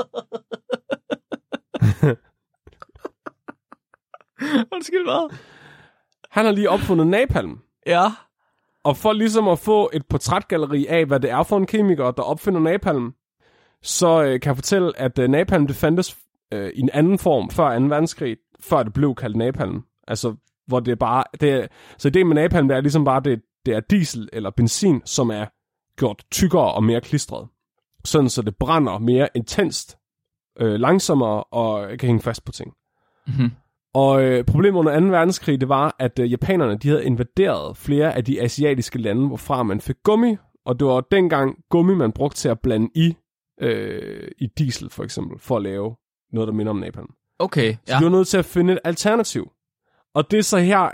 Undskyld, hvad? Han har lige opfundet napalm. Ja. Og for ligesom at få et portrætgalleri af, hvad det er for en kemiker, der opfinder napalm, så kan jeg fortælle, at napalm det fandtes i en anden form før 2. verdenskrig, før det blev kaldt napalm. Altså, hvor det bare... så ideen med napalm, det er ligesom bare, det er diesel eller benzin, som er gjort tykkere og mere klistret. Sådan, så det brænder mere intenst, langsommere og kan hænge fast på ting. Mm-hmm. Og problemet under 2. verdenskrig, det var, at japanerne de havde invaderet flere af de asiatiske lande, hvorfra man fik gummi, og det var dengang gummi, man brugte til at blande i diesel, for eksempel, for at lave noget, der minder om napalm. Okay, ja. Så de var nødt til at finde et alternativ. Og det er så her,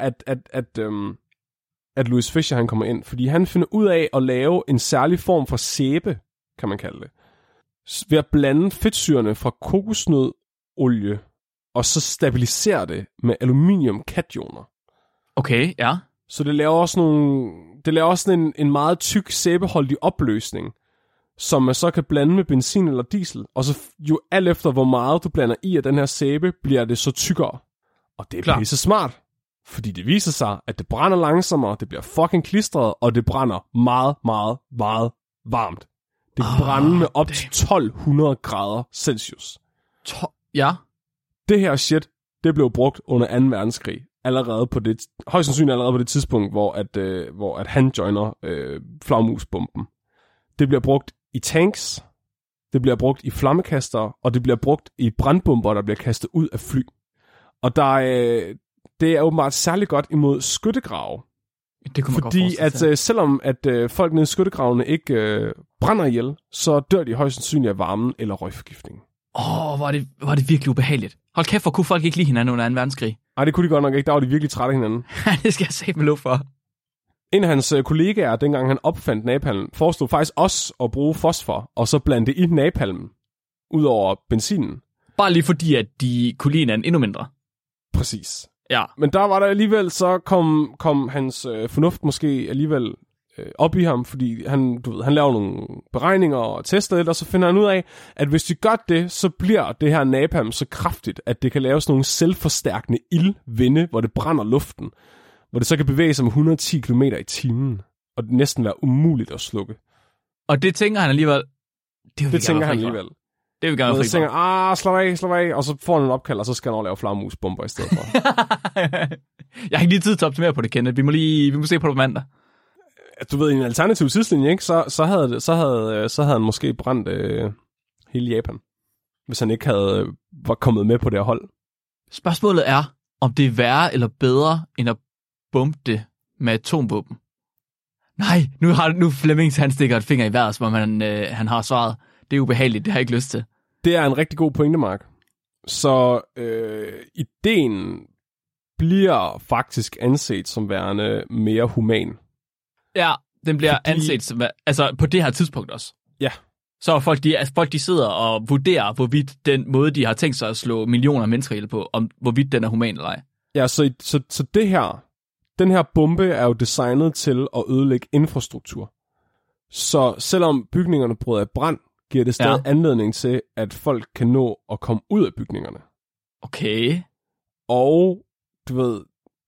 at Louis Fisher han kommer ind, fordi han finder ud af at lave en særlig form for sæbe, kan man kalde det, ved at blande fedtsyrene fra kokosnødolie, og så stabilisere det med aluminiumkationer. Okay, ja. Så det laver også en meget tyk sæbeholdig opløsning, som man så kan blande med benzin eller diesel, og så jo alt efter, hvor meget du blander i af den her sæbe, bliver det så tykkere. Og det er pisse smart, fordi det viser sig, at det brænder langsommere, det bliver fucking klistret, og det brænder meget, meget, meget varmt. Det kan brænde med op til 1200 grader Celsius. Ja. Det her shit, det blev brugt under 2. verdenskrig. Højst sandsynligt allerede på det tidspunkt, hvor at han joiner flagmusbomben. Det bliver brugt i tanks, det bliver brugt i flammekaster, og det bliver brugt i brandbomber, der bliver kastet ud af fly. Og det er åbenbart særlig godt imod skyttegrave. Det kunne man fordi at selvom at folk nede i skyttegravene ikke brænder ihjel, så dør de højst sandsynligt af varmen eller røgforgiftning. Var det virkelig ubehageligt. Hold kæft, hvor kunne folk ikke lide hinanden under 2. verdenskrig. Nej, det kunne de godt nok ikke. Der var de virkelig trætte af hinanden. Det skal jeg sige med lov for. En af hans kollegaer, dengang han opfandt napalm, foreslog faktisk også at bruge fosfor, og så blande det i napalmen, ud over benzinen. Bare lige fordi, at de kunne lide hinanden endnu mindre. Præcis. Ja. Men der var der alligevel, så kom hans fornuft måske alligevel op i ham, fordi han laver nogle beregninger og tester lidt, og så finder han ud af, at hvis de gør det, så bliver det her napalm så kraftigt, at det kan lave sådan nogle selvforstærkende ildvinde, hvor det brænder luften, hvor det så kan bevæge sig med 110 km i timen, og det næsten være umuligt at slukke. Og det tænker han alligevel. Det tænker han alligevel. Det vil gerne være fri for. Slå af, og så får han en opkald, og så skal han over lave flagermusbomber i stedet for. Jeg har ikke lige tid til at optimere på det, Kenneth. Vi må se på det på mandag. Du ved, i en alternativ tidslinje, ikke? Så havde han måske brændt hele Japan, hvis han ikke var kommet med på det her hold. Spørgsmålet er, om det er værre eller bedre, end at bombe det med atomvåben. Nej, nu Flemmings, han stikker et finger i vejret, som om han har svaret. Det er ubehageligt, det har jeg ikke lyst til. Det er en rigtig god pointe, Mark. Så ideen bliver faktisk anset som værende mere human. Ja, den bliver anset som, altså på det her tidspunkt også. Ja. Så folk de sidder og vurderer, hvorvidt den måde, de har tænkt sig at slå millioner af mennesker ihjel på, om hvorvidt den er human eller ej. Ja, så den her bombe er jo designet til at ødelægge infrastruktur. Så selvom bygningerne bryder i brand, giver det stadig anledning til, at folk kan nå at komme ud af bygningerne. Okay. Og, du ved,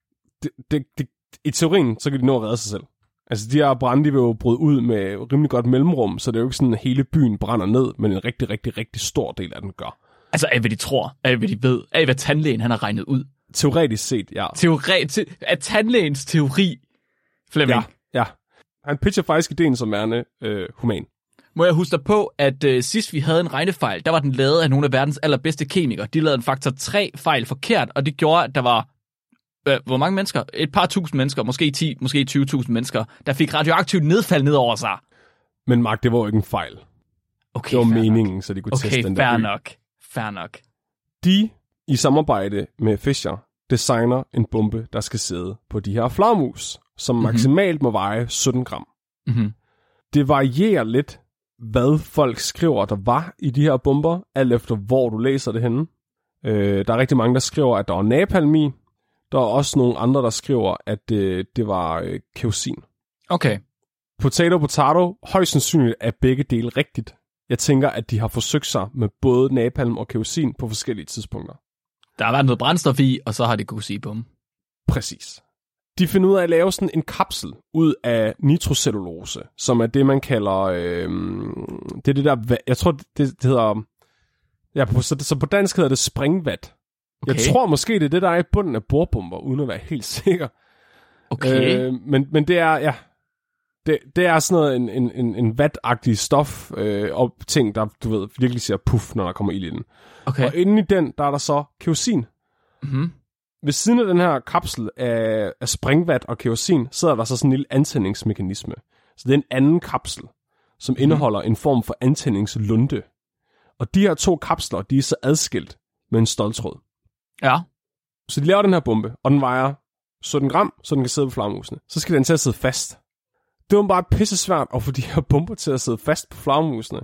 i teorien, så kan de nå at redde sig selv. Altså, de her brande, de vil jo bryde ud med rimelig godt mellemrum, så det er jo ikke sådan, at hele byen brænder ned, men en rigtig, rigtig, rigtig stor del af den gør. Altså, af hvad de tror, af hvad de ved, af hvad tandlægen han har regnet ud. Teoretisk set, ja. Af tandlægens teori, Flemming. Ja. Han pitcher faktisk ideen som værende human. Må jeg huske dig på, at sidst vi havde en regnefejl, der var den lavet af nogle af verdens allerbedste kemikere. De lavede en faktor 3 fejl forkert, og det gjorde, at der var hvor mange mennesker? Et par tusind mennesker, måske 10, måske 20.000 mennesker, der fik radioaktivt nedfald ned over sig. Men Mark, det var jo ikke en fejl. Okay, det var meningen, nok. Så de kunne teste den der fair nok. De, i samarbejde med Fisher, designer en bombe, der skal sidde på de her flagmus, som maksimalt må veje 17 gram. Mm-hmm. Det varierer lidt, hvad folk skriver, der var i de her bomber, alt efter hvor du læser det henne. Der er rigtig mange, der skriver, at der var napalm i. Der er også nogle andre, der skriver, at det var kerosin. Okay. Potato, højst sandsynligt er begge dele rigtigt. Jeg tænker, at de har forsøgt sig med både napalm og kerosin på forskellige tidspunkter. Der har været noget brændstof i, og så har de kunne sige på dem. Præcis. De finder ud af at lave sådan en kapsel ud af nitrocellulose, som er det, man kalder... det er det der... Jeg tror, det hedder... Ja, så på dansk hedder det springvat. Okay. Jeg tror måske, det er det, der er i bunden af bordbomber, uden at være helt sikker. Okay. Men det er... Ja, det er sådan noget en vatagtig stof og ting, der, du ved, virkelig siger puff, når der kommer ild i den. Okay. Og inde i den, der er der så kerosin. Mhm. Ved siden af den her kapsel af springvat og kerosin, sidder der så sådan en lille antændingsmekanisme. Så det er en anden kapsel, som indeholder en form for antændingslunde. Og de her to kapsler, de er så adskilt med en ståltråd. Ja. Så de laver den her bombe, og den vejer 17 gram, så den kan sidde på flagmusene. Så skal den til at sidde fast. Det var bare pisse svært at få de her bomber til at sidde fast på flagmusene.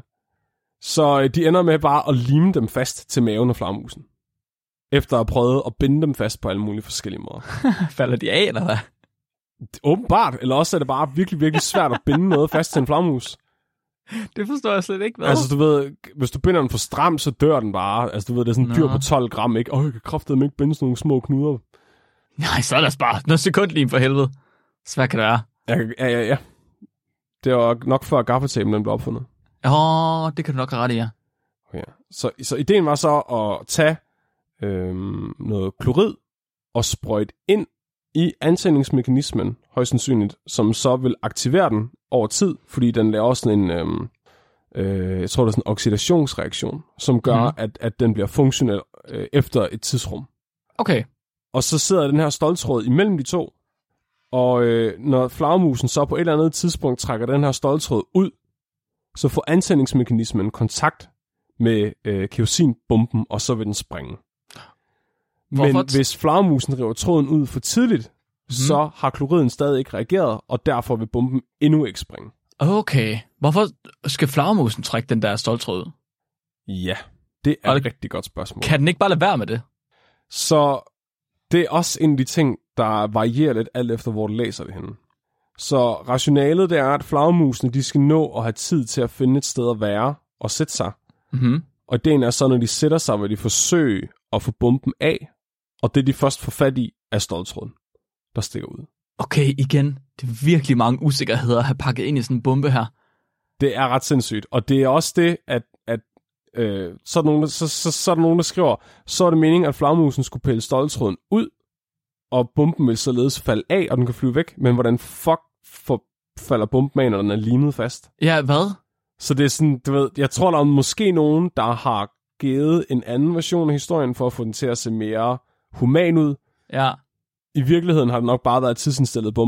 Så de ender med bare at lime dem fast til maven af flagmusen. Efter at have prøvet at binde dem fast på alle mulige forskellige måder. Falder de af, eller hvad? Åbenbart, eller også er det bare virkelig, virkelig svært at binde noget fast til en flagmus. Det forstår jeg slet ikke, hvad? Altså, du ved, hvis du binder den for stram, så dør den bare. Altså, du ved, det er sådan en dyr på 12 gram, ikke? Jeg kan kraftedeme ikke binde sådan nogle små knuder. Nej, så er der bare noget sekundlim for helvede. Svært kan det være. Ja. Det var nok før gaffatapen den blev opfundet. Det kan du nok have ret i, ja. Okay. Så ideen var så at tage noget klorid og sprøjte ind i antændingsmekanismen, højst sandsynligt, som så vil aktivere den over tid, fordi den laver sådan en, jeg tror det er sådan en oxidationsreaktion, som gør, at den bliver funktionel efter et tidsrum. Okay. Og så sidder den her ståltråd imellem de to, og når flagmusen så på et eller andet tidspunkt trækker den her ståltråd ud, så får antændingsmekanismen kontakt med kerosinbomben, og så vil den springe. Men hvis flagmusen river tråden ud for tidligt, så har kloriden stadig ikke reageret, og derfor vil bomben endnu ikke springe. Okay. Hvorfor skal flagmusen trække den der ståltråd ud? Ja, det er et rigtig godt spørgsmål. Kan den ikke bare lade være med det? Så det er også en af de ting, der varierer lidt alt efter, hvor du læser det henne. Så rationalet det er, at flagmusene de skal nå at have tid til at finde et sted at være og sætte sig. Mm-hmm. Og ideen er så, når de sætter sig, vil de forsøge at få bomben af, og det de først får fat i, er ståltråden, der stikker ud. Okay, igen. Det er virkelig mange usikkerheder at have pakket ind i sådan en bombe her. Det er ret sindssygt, og det er også det, at så er der nogen, der skriver, så er det meningen, at flagmusen skulle pille ståltråden ud, og bomben vil således falde af, og den kan flyve væk. Men hvordan falder bomben af, når den er limet fast? Ja, hvad? Så det er sådan, du ved, jeg tror, der er måske nogen, der har givet en anden version af historien, for at få den til at se mere human ud. Ja. I virkeligheden har det nok bare været tidsindstillede bomber,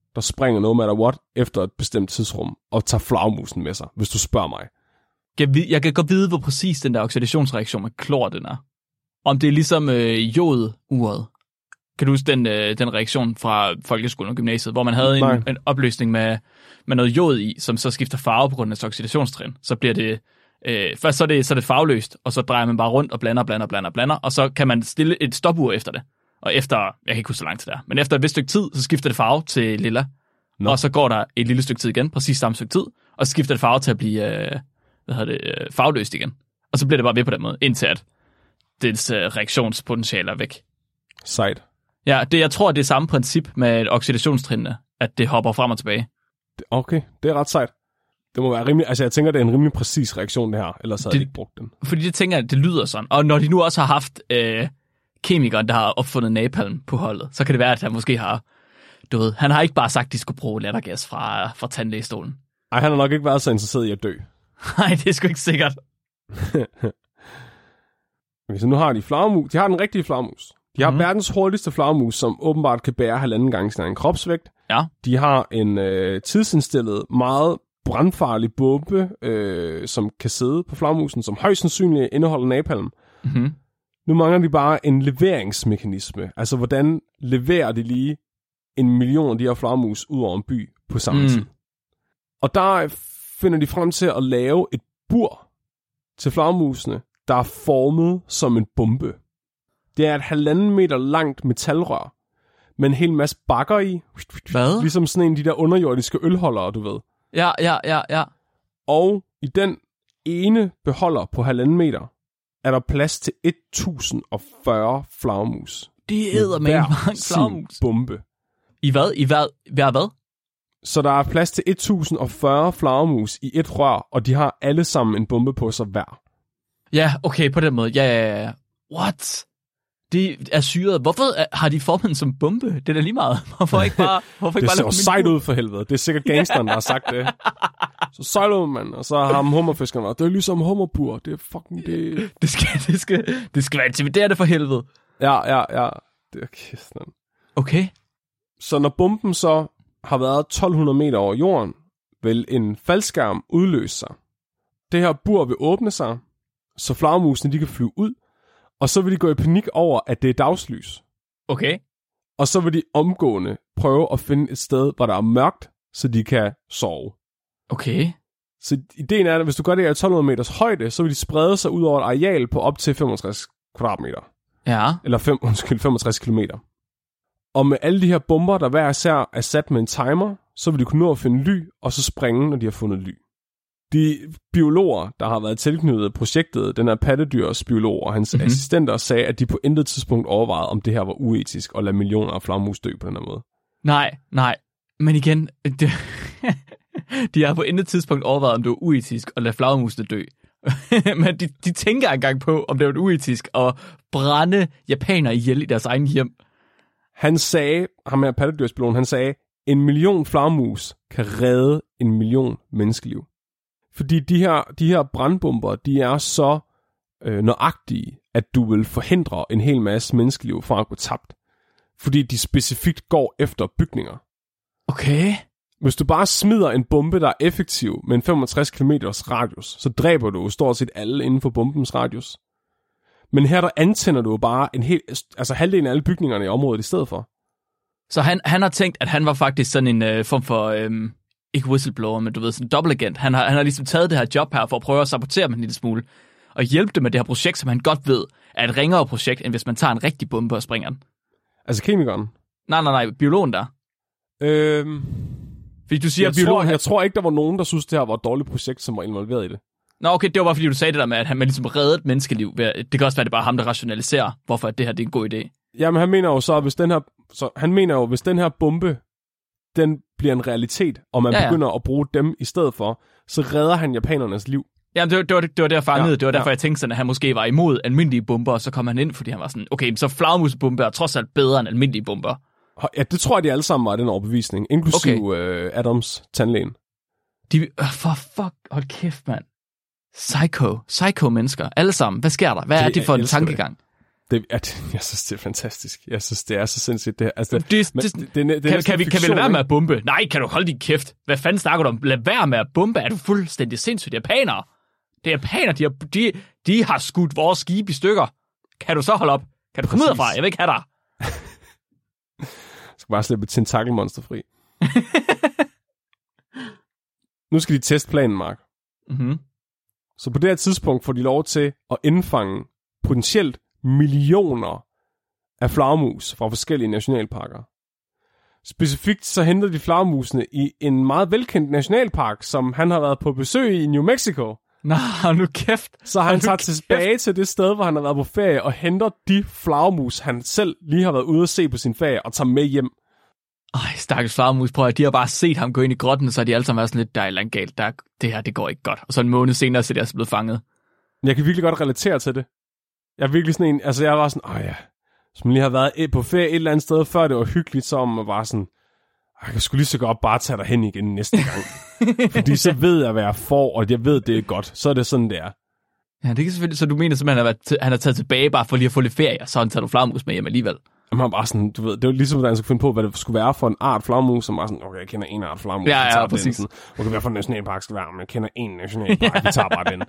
der springer no matter what efter et bestemt tidsrum, og tager flagmusen med sig, hvis du spørger mig. Jeg kan godt vide, hvor præcis den der oxidationsreaktion med klor, den er. Om det er ligesom joduret. Kan du huske den reaktion fra folkeskolen og gymnasiet, hvor man havde en opløsning med noget jod i, som så skifter farve på grund af oxidationstrin. Så bliver det... først så er det farveløst, og så drejer man bare rundt og blander, og så kan man stille et stopur efter det. Og efter, jeg kan ikke huske så langt til det er, men efter et vist stykke tid, så skifter det farve til lilla. Og så går der et lille stykke tid igen, præcis samme stykke tid, og så skifter det farve til at blive farveløst igen. Og så bliver det bare ved på den måde, indtil at dets reaktionspotentiale er væk. Sejt. Ja, jeg tror, det er samme princip med oxidationstrinene, at det hopper frem og tilbage. Okay, det er ret sejt. Det må være rimelig, altså jeg tænker, det er en rimelig præcis reaktion det her, ellers havde jeg ikke brugt den. Fordi det tænker jeg, det lyder sådan. Og når de nu også har haft kemikeren, der har opfundet napalm på holdet, så kan det være, at han måske har, han har ikke bare sagt, at de skulle bruge lattergas fra tandlægestolen. Nej, han har nok ikke været så interesseret i at dø. Nej, det er sgu ikke sikkert. Okay, så nu har de flagermus. De har den rigtige flagermus. De har verdens hurtigste flagermus, som åbenbart kan bære 1,5 gange sin egen kropsvægt. Ja. De har en tidsindstillet, meget brandfarlig bombe, som kan sidde på flagermusen, som højst sandsynligt indeholder napalm. Mm-hmm. Nu mangler de bare en leveringsmekanisme. Altså, hvordan leverer de lige 1 million af de her flagermus ud over en by på samme tid? Og der finder de frem til at lave et bur til flagermusene, der er formet som en bombe. Det er et 1,5 meter langt metalrør, med en hel masse bakker i. Hvad? Ligesom sådan en af de der underjordiske ølholdere, du ved. Ja. Og i den ene beholder på 1,5 meter, er der plads til 1040 flagermus. Det æder med mange flagermus. Bombe. I hvad? Så der er plads til 1040 flagermus i et rør, og de har alle sammen en bombe på sig hver. Ja, okay, på den måde. Ja. What? Det er syret. Hvorfor har de formet som bombe? Det er da lige meget. Hvorfor ikke bare det ser jo sejt ud for helvede. Det er sikkert gangsteren, der har sagt det. Så sejler man, og så har ham hummerfiskerne været. Det er ligesom hummerbur. Det er fucking det. Det skal være intimiderende for helvede. Ja. Det er kæft, man. Okay. Så når bomben så har været 1200 meter over jorden, vil en faldskærm udløse sig. Det her bur vil åbne sig, så flagermusene de kan flyve ud, og så vil de gå i panik over, at det er dagslys. Okay. Og så vil de omgående prøve at finde et sted, hvor der er mørkt, så de kan sove. Okay. Så ideen er, at hvis du gør det her 1200 meters højde, så vil de sprede sig ud over et areal på op til 65 kvadratmeter. Ja. Eller 65 kilometer. Og med alle de her bomber, der hver især er sat med en timer, så vil de kunne nå at finde ly, og så springe, når de har fundet ly. De biologer, der har været tilknyttet projektet, den er pattedyrsbiolog og hans assistenter, sagde, at de på intet tidspunkt overvejede, om det her var uetisk at lade millioner af flagermus dø på den her måde. Nej. Men igen, de har på intet tidspunkt overvejet, om det var uetisk at lade flagermusene dø. Men de tænker engang på, om det var uetisk at brænde japanere ihjel i deres egen hjem. Han sagde, ham her pattedyrsbiologen, han sagde, 1 million flagermus kan redde 1 million menneskeliv. Fordi de her brandbomber, de er så nøjagtige, at du vil forhindre en hel masse menneskeliv fra at gå tabt. Fordi de specifikt går efter bygninger. Okay. Hvis du bare smider en bombe, der er effektiv med en 65 km radius, så dræber du stort set alle inden for bombens radius. Men her der antænder du bare halvdelen af alle bygningerne i området i stedet for. Så han har tænkt, at han var faktisk sådan en form for... ikke whistleblower, men du ved, sådan en dobbeltagent. Han har ligesom taget det her job her for at prøve at sabotere dem en lille smule, og hjælpe dem med det her projekt, som han godt ved er et ringere projekt, end hvis man tager en rigtig bombe og springer den. Altså kemikeren? Nej, biologen der. Fordi du siger, jeg tror ikke, der var nogen, der synes, det her var et dårligt projekt, som var involveret i det. Nå, okay, det var bare fordi, du sagde det der med, at han ligesom reddede menneskeliv. Det kan også være, det er bare ham, der rationaliserer, hvorfor det her det er en god idé. Jamen, han mener jo så, hvis den her bombe, den bliver en realitet, og man begynder at bruge dem i stedet for, så redder han japanernes liv. Jamen, det var der, jeg fangede. Det var derfor, jeg tænkte sådan, at han måske var imod almindelige bomber, og så kom han ind, fordi han var sådan, okay, så flagermusbomber er trods alt bedre end almindelige bomber. Ja, det tror jeg, de alle sammen var den overbevisning, inklusive Adams, tandlægen. Hold kæft, mand. Psycho mennesker, alle sammen. Hvad sker der? Hvad er det for en tankegang? Jeg synes, det er fantastisk. Jeg synes, det er så sindssygt. Det, altså, kan vi lade være med at bombe? Nej, kan du holde din kæft? Hvad fanden snakker du om? Lad være med at bombe. Er du fuldstændig sindssygt? Japanere. Det er japanere, de har skudt vores skib i stykker. Kan du så holde op? Kan du komme ud herfra? Jeg vil ikke have dig. Jeg skal bare slippe et tentakelmonster fri. Nu skal de teste planen, Mark. Mm-hmm. Så på det her tidspunkt får de lov til at indfange potentielt millioner af flagermus fra forskellige nationalparker. Specifikt så henter de flagermusene i en meget velkendt nationalpark, som han har været på besøg i New Mexico. Nå, nu kæft. Så han tager tilbage til det sted, hvor han har været på ferie, og henter de flagermus, han selv lige har været ude at se på sin ferie, og tager med hjem. Stakkels flagermus, prøv at de har bare set ham gå ind i grotten, så er de alle sammen været sådan lidt, der er et eller andet galt. Det her, det går ikke godt. Og så en måned senere, så er det altså blevet fanget. Jeg kan virkelig godt relatere til det. Jeg er virkelig sådan en, altså jeg var sådan, ja, som lige har været på ferie et eller andet sted, før det var hyggeligt, så man var sådan, jeg kan sgu lige så godt bare tage dig hen igen næste gang. Fordi så ved jeg, hvad jeg får, og jeg ved, det er godt. Så er det sådan, det er. Ja, det kan selvfølgelig, så du mener simpelthen, han har taget tilbage bare for lige at få lidt ferie, og så tager du flagermus med hjem alligevel. Man var bare sådan, du ved, det var ligesom, hvordan jeg skulle finde på, hvad det skulle være for en art flagermus, som var sådan, okay, jeg kender en art flagermus. Ja, præcis. Den, okay, hvad for en nationalpark skal være, men jeg kender en nationalpark, vi tager bare den.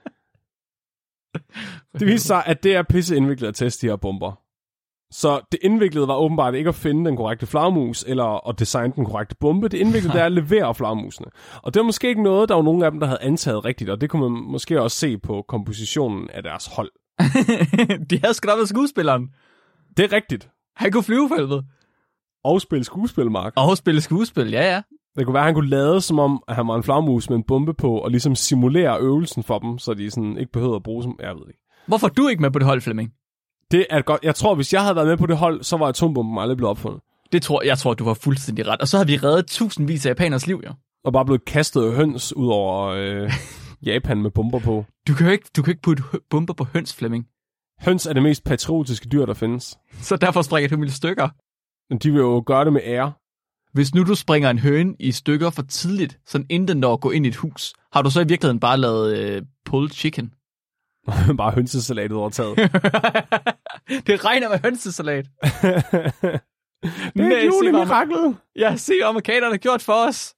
Det viste sig, at det er pisse indviklet at teste de her bomber. Så det indviklede var åbenbart ikke at finde den korrekte flagermus, eller at designe den korrekte bombe. Det indviklede er at levere flagermusene. Og det var måske ikke noget, der var nogen af dem, der havde antaget rigtigt, og det kunne man måske også se på kompositionen af deres hold. De havde sgu da været skuespilleren. Det er rigtigt. Han kunne flyve for helvede. Og spille skuespil, Mark. Og spille skuespil, ja. Det kunne være, at han kunne lade, som om at han var en flagermus med en bombe på, og ligesom simulere øvelsen for dem, så de sådan ikke behøvede at bruge som... Jeg ved ikke. Hvorfor er du ikke med på det hold, Flemming? Det er godt. Jeg tror, hvis jeg havde været med på det hold, så var atombomben aldrig blevet opfundet. Jeg tror, du var fuldstændig ret. Og så havde vi reddet tusindvis af japaners liv, jo. Og bare blevet kastet høns ud over Japan med bomber på. Du kan jo ikke putte bomber på høns, Flemming. Høns er det mest patriotiske dyr, der findes. Så derfor springer du i stykker. Men de vil jo gøre det med ære. Hvis nu du springer en høne i stykker for tidligt, sådan inden den når at gå ind i et hus, har du så i virkeligheden bare lavet pulled chicken? Bare hønsesalat ud over taget. Det regner med hønsesalat. Det er et julemirakel. Ja, se hvad amerikanerne har gjort for os.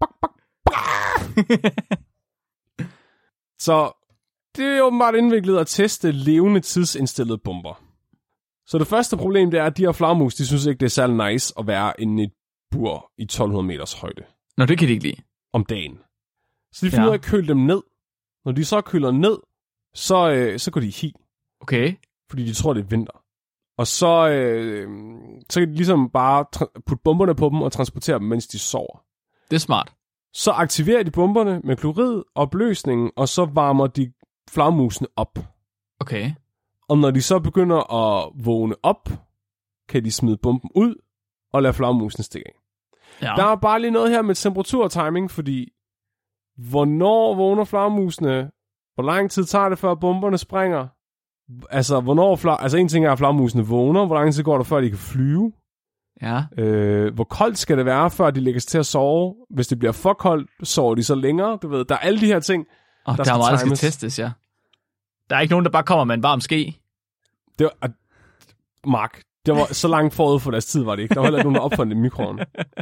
Så det er åbenbart indviklet at teste levende tidsindstillede bomber. Så det første problem, det er, at de her flagermus, de synes ikke, det er særlig nice at være inde i et bur i 1200 meters højde. Nå, det kan de ikke lide. Om dagen. Så de finder ud af at køle dem ned. Når de så køler ned, så går de i hi. Okay. Fordi de tror, det er vinter. Og så kan de ligesom bare putte bomberne på dem og transportere dem, mens de sover. Det er smart. Så aktiverer de bomberne med klorid, opløsningen, og så varmer de flagermusene op. Okay. Og når de så begynder at vågne op, kan de smide bomben ud og lade flagermusene stikke af. Ja. Der er bare lige noget her med temperatur og timing, fordi hvornår vågner flagermusene? Hvor lang tid tager det, før bomberne springer? Altså, en ting er, at flagermusene vågner. Hvor lang tid går det, før de kan flyve? Ja. Hvor koldt skal det være, før de lægger sig til at sove? Hvis det bliver for koldt, sover de så længere. Du ved, der er alle de her ting, der er meget, der skal testes, ja. Der er ikke nogen, der bare kommer med en varm ske. Det var, Mark, det var så langt forud for deres tid, var det ikke? Der var heller ikke nogen, der opfandt det i mikroen.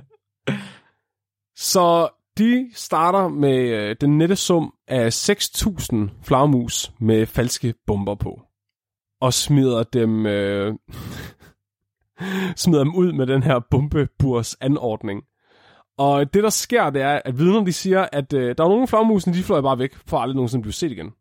Så de starter med den nette sum af 6.000 flagermus med falske bomber på. Og smider dem ud med den her bombeburs anordning. Og det, der sker, det er, at vidner de siger, at der er nogle flagermusene, de fløj bare væk, for aldrig nogensinde blive set igen.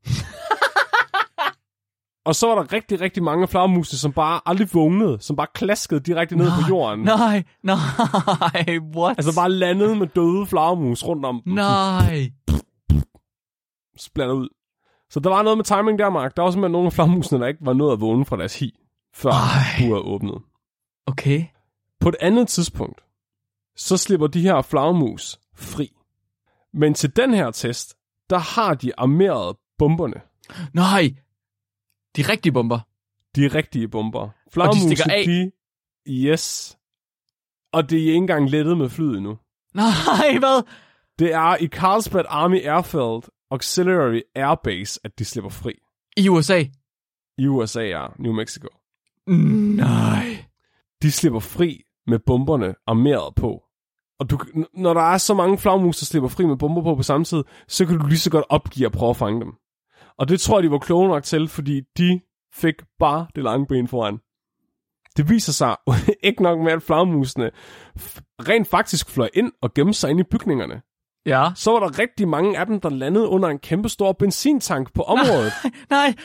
Og så var der rigtig, rigtig mange flagermusene, som bare aldrig vågnede, som bare klaskede direkte ned på jorden. Nej, what? Altså bare landede med døde flagermus rundt om dem. Nej. Splatter ud. Så der var noget med timing der, Mark. Der var simpelthen nogle af flagermusene, der ikke var nået at vågne fra deres hi, før buret åbnede. Okay. På et andet tidspunkt, så slipper de her flagermus fri. Men til den her test, der har de armeret bomberne. Nej. De rigtige bomber. De rigtige bomber. Og de stikker af. Yes. Og det er ikke engang lettet med flyet nu. Nej, hvad? Det er i Carlsbad Army Airfield Auxiliary Air Base, at de slipper fri. I USA? I USA, ja. New Mexico. Nej. De slipper fri med bomberne armeret på. Og når der er så mange flagmus, der slipper fri med bomber på samme tid, så kan du lige så godt opgive at prøve at fange dem. Og det tror jeg, de var kloge nok til, fordi de fik bare det lange ben foran. Det viser sig ikke nok med, at flagmusene rent faktisk fløj ind og gemte sig inde i bygningerne. Ja. Så var der rigtig mange af dem, der landede under en kæmpe stor benzintank på området. Nej,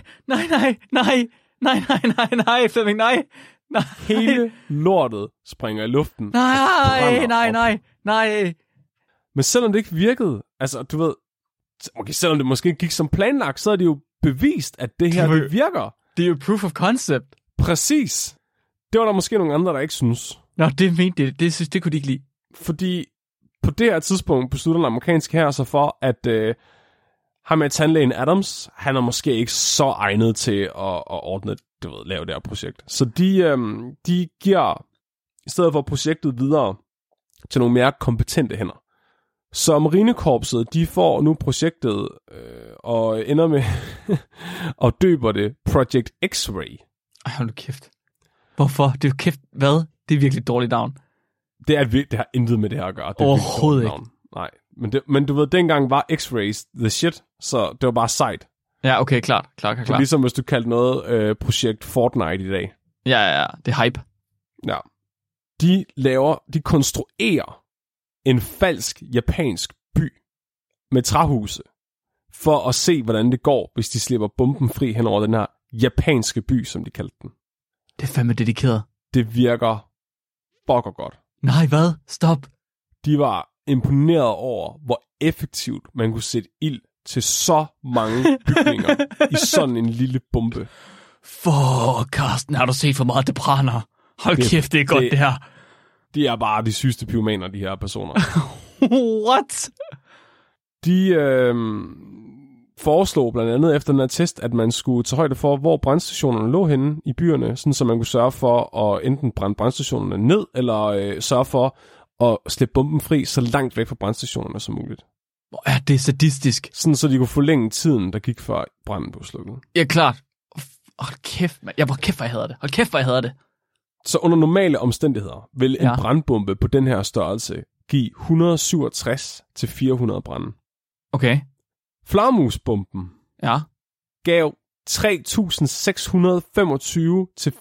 Flemming, nej. Hele lortet springer i luften. Nej. Men selvom det ikke virkede, altså du ved, okay, selvom det måske gik som planlagt, så er det jo bevist, at det her det virker. Det er jo proof of concept. Præcis. Det var der måske nogle andre, der ikke synes. Nå, det mente det kunne de ikke lide. Fordi på det her tidspunkt beslutter den amerikanske hær sig for, at ham med tandlægen Adams, han er måske ikke så egnet til at ordne, lave det her projekt. Så de giver, i stedet for projektet videre, til nogle mere kompetente hænder. Så Marinekorpset, de får nu projektet og ender med og døber det Project X-Ray. Ej, hold nu kæft. Hvorfor? Det er jo kæft, hvad? Det er virkelig et dårligt navn. Det har intet med det her at gøre. Det overhovedet ikke. Nej, men du ved, dengang var X-Rays the shit, så det var bare sejt. Ja, okay, klart. Det er ligesom hvis du kaldte noget projekt Fortnite i dag. Ja, det er hype. Ja. De konstruerer en falsk japansk by med træhuse, for at se, hvordan det går, hvis de slipper bomben fri hen over den her japanske by, som de kaldte den. Det er fandme dedikeret. Det virker fucker godt. Nej, hvad? Stop. De var imponeret over, hvor effektivt man kunne sætte ild til så mange bygninger i sådan en lille bombe. Carsten, har du set for meget Depraner? Hold kæft, det er godt det her. De er bare de sygeste pyromaner, de her personer. What? De foreslog blandt andet efter den her test, at man skulle tage højde for, hvor brandstationerne lå henne i byerne, sådan så man kunne sørge for at enten brænde brandstationerne ned, eller sørge for at slippe bomben fri så langt væk fra brandstationerne som muligt. Hvor er det sadistisk. Sådan så de kunne forlænge tiden, der gik før branden blev slukket. Ja, klart. Hold kæft, mand. Hold kæft, hvor jeg hader det. Så under normale omstændigheder vil en brandbombe på den her størrelse give 167 til 400 brande. Okay. Flagmusbomben gav 3.625 til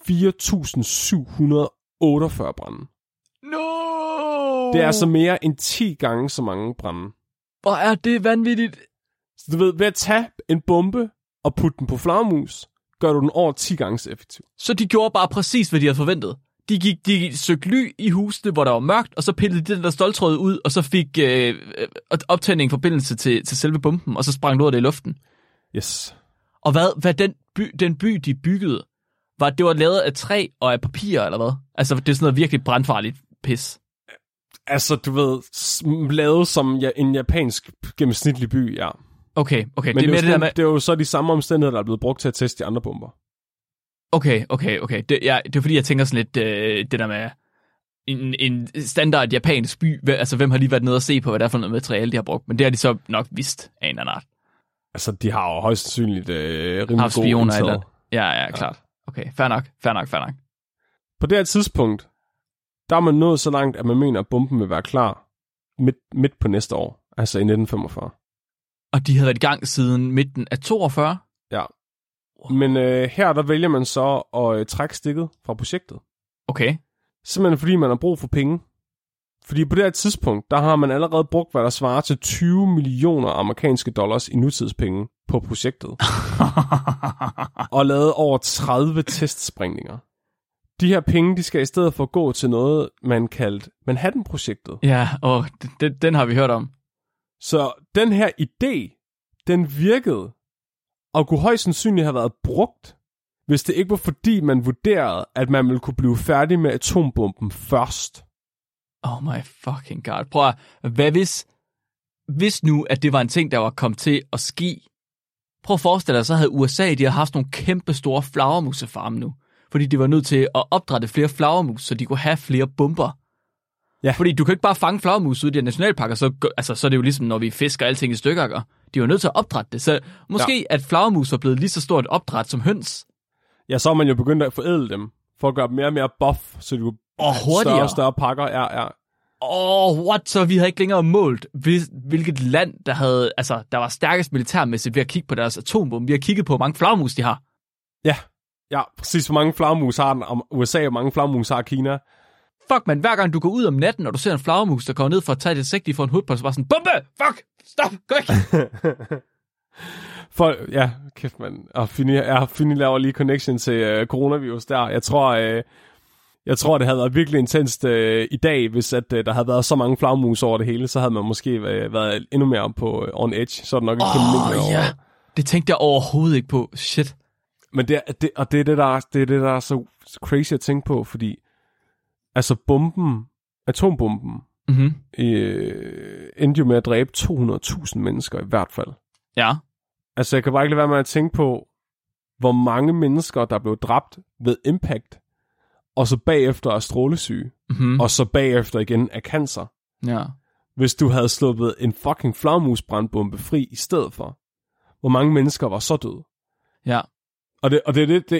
4.748 brande. No! Det er altså mere end 10 gange så mange brande. Hvor er det vanvittigt. Så du ved, ved at tage en bombe og putte den på flagmus, gør du den over 10 gange så effektiv. Så de gjorde bare præcis, hvad de havde forventet. De søgte ly i husene, hvor der var mørkt, og så pillede de den der ståltråd ud, og så fik optænding forbindelse til selve bomben, og så sprang lortet i luften. Yes. Og hvad den by, de byggede, det var lavet af træ og af papir, eller hvad? Altså, det er sådan noget virkelig brandfarligt pis. Altså, du ved, lavet som en japansk gennemsnitlig by, ja. Okay. Men det er jo så de samme omstændigheder, der er blevet brugt til at teste de andre bomber. Okay. Det er fordi, jeg tænker sådan lidt, det der med en standard japansk by, altså hvem har lige været nede og se på, hvad det er for noget materiale, de har brugt, men det har de så nok vidst af en eller anden art. Altså, de har jo højst sandsynligt rimelig gode spioner eller. Ja, klart. Okay, fair nok. På det her tidspunkt, der er man nået så langt, at man mener, at bomben vil være klar midt på næste år, altså i 1945. Og de havde været i gang siden midten af 42? Ja. Men her, der vælger man så at trække stikket fra projektet. Okay. Simpelthen fordi man har brug for penge. Fordi på det her tidspunkt, der har man allerede brugt, hvad der svarer til 20 millioner amerikanske dollars i nutidspenge på projektet. Og lavet over 30 testsprængninger. De her penge, de skal i stedet for gå til noget, man kaldte Manhattan-projektet. Ja, og den har vi hørt om. Så den her idé, den virkede, og kunne højst sandsynligt have været brugt, hvis det ikke var fordi, man vurderede, at man ville kunne blive færdig med atombomben først. Oh my fucking god. Prøv at, hvad hvis nu, at det var en ting, der var kommet til at ske? Prøv at forestille dig, så havde USA, de har haft nogle kæmpe store flagermusefarme nu. Fordi de var nødt til at opdrætte flere flagermus, så de kunne have flere bomber. Ja. Fordi du kan ikke bare fange flagermus ud i de nationalparker, så er det jo ligesom, når vi fisker alting i stykker. De var nødt til at opdrætte det. Så måske, at flagermus var blevet lige så stort opdræt som høns. Ja, så er man jo begyndt at forædle dem, for at gøre dem mere og mere buff, så du hurtigere. og større pakker. Ja. What? Så vi havde ikke længere målt, hvilket land, der var stærkest militærmæssigt ved at kigge på deres atombombe. Vi har kigget på, hvor mange flagmus de har. Ja, præcis. Hvor mange flagmus har USA, og hvor mange flagmus har Kina. Fuck, man, hver gang du går ud om natten, og du ser en flagmus, der går ned for at tage et insekt, for en hud på, så bare sådan, bombe! Fuck! Stop! Gå ikke! Ja, kæft, mand. Og Fini laver lige connection til coronavirus der. Jeg tror, det havde været virkelig intenst i dag, hvis at, der havde været så mange flagmus over det hele, så havde man måske været endnu mere på on edge. Så er det nok ikke kommet ja. Det tænkte jeg overhovedet ikke på. Shit. Men det er det, der er så crazy at tænke på, fordi altså atombomben, endte jo med at dræbe 200.000 mennesker i hvert fald. Ja. Altså, jeg kan bare ikke lade være med at tænke på, hvor mange mennesker, der blev dræbt ved impact, og så bagefter af strålesyge, og så bagefter igen af cancer. Ja. Hvis du havde sluppet en fucking flagmusbrandbombe fri i stedet for, hvor mange mennesker var så døde. Ja. Og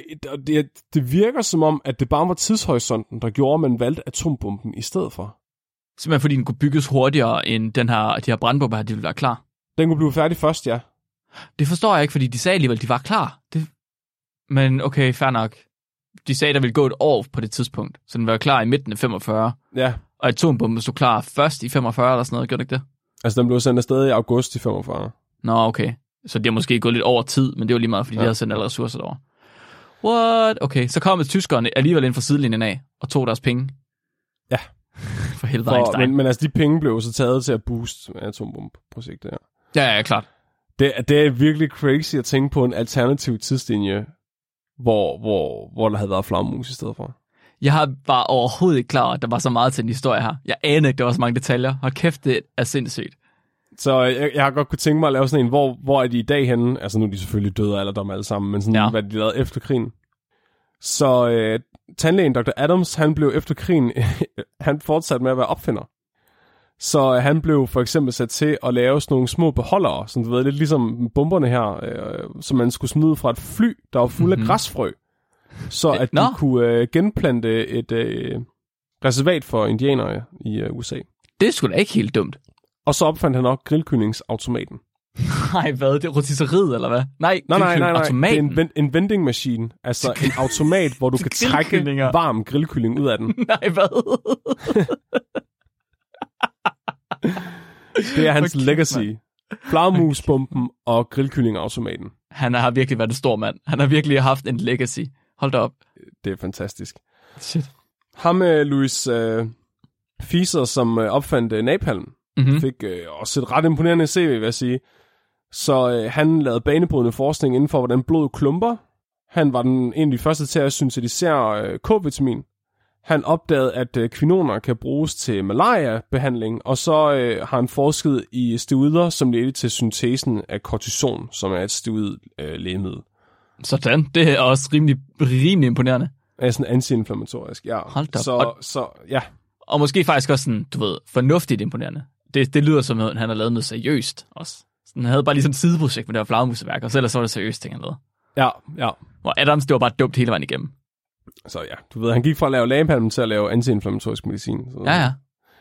det virker som om, at det bare var tidshorisonten, der gjorde, at man valgte atombomben i stedet for. Simpelthen fordi den kunne bygges hurtigere, end de her brandbomber her, de ville være klar. Den kunne blive færdig først, ja. Det forstår jeg ikke, fordi de sagde alligevel, de var klar. Men okay, fair nok. De sagde, der ville gå et år på det tidspunkt, så den var klar i midten af 45. Ja. Og atombomben stod klar først i 45 eller sådan noget, gjorde det ikke det? Altså, den blev sendt afsted i august i 45. Nå, okay. Så det har måske gået lidt over tid, men det var lige meget, fordi de havde sendt alle ressourcer derover. What? Okay, så kom tyskerne alligevel ind fra sidelinjen af og tog deres penge. Ja. For helvede Einstein. Men altså, de penge blev så taget til at booste atombombeprojektet her. Ja, klart. Det er virkelig crazy at tænke på en alternativ tidslinje, hvor der havde været flagmus i stedet for. Jeg var overhovedet ikke klar over, at der var så meget til en historie her. Jeg anede ikke, der var så mange detaljer. Hold kæft, det er sindssygt. Så jeg har godt kunne tænke mig at lave sådan en, hvor er de i dag henne? Altså nu er de selvfølgelig døde af alderdom alle sammen, men sådan, hvad de lavede efter krigen. Så tandlægen Dr. Adams, han blev efter krigen, han fortsatte med at være opfinder. Så han blev for eksempel sat til at lave sådan nogle små beholdere, som du ved, lidt ligesom bomberne her, som man skulle smide fra et fly, der var fuld af græsfrø, så at de kunne genplante et reservat for indianere i USA. Det er sgu da ikke helt dumt. Og så opfandt han nok grillkyllingsautomaten. Nej, hvad? Det er rotisseriet, eller hvad? Nej. Det er en vending machine. Altså en automat, hvor du kan trække varm grillkylling ud af den. Nej, hvad? Det er hans legacy. Flagmusbomben og grillkyllingautomaten. Han har virkelig været en stor mand. Han har virkelig haft en legacy. Hold da op. Det er fantastisk. Shit. Ham Louis Fieser, som opfandt napalm, fik også et ret imponerende CV, vil jeg sige. Så han lavede banebrydende forskning inden for, hvordan blodet klumper. Han var en af de første til at syntetisere K-vitamin. Han opdagede, at kvinoner kan bruges til malaria-behandling, og så har han forsket i steroider, som ledte til syntesen af kortison, som er et steroid-lægemiddel. Sådan, det er også rimelig imponerende. Er sådan anti-inflammatorisk, ja. Hold da. Så ja. Og måske faktisk også sådan, du ved, fornuftigt imponerende. Det lyder som, at han har lavet noget seriøst også. Han havde bare lige sådan et sideprojekt med det her flagmuseværk, og så ellers var det seriøst ting, han lavede. Ja. Hvor Adams, det var bare dumt hele vejen igennem. Så ja, du ved, han gik fra at lave napalm til at lave anti-inflammatorisk medicin. Så. Ja.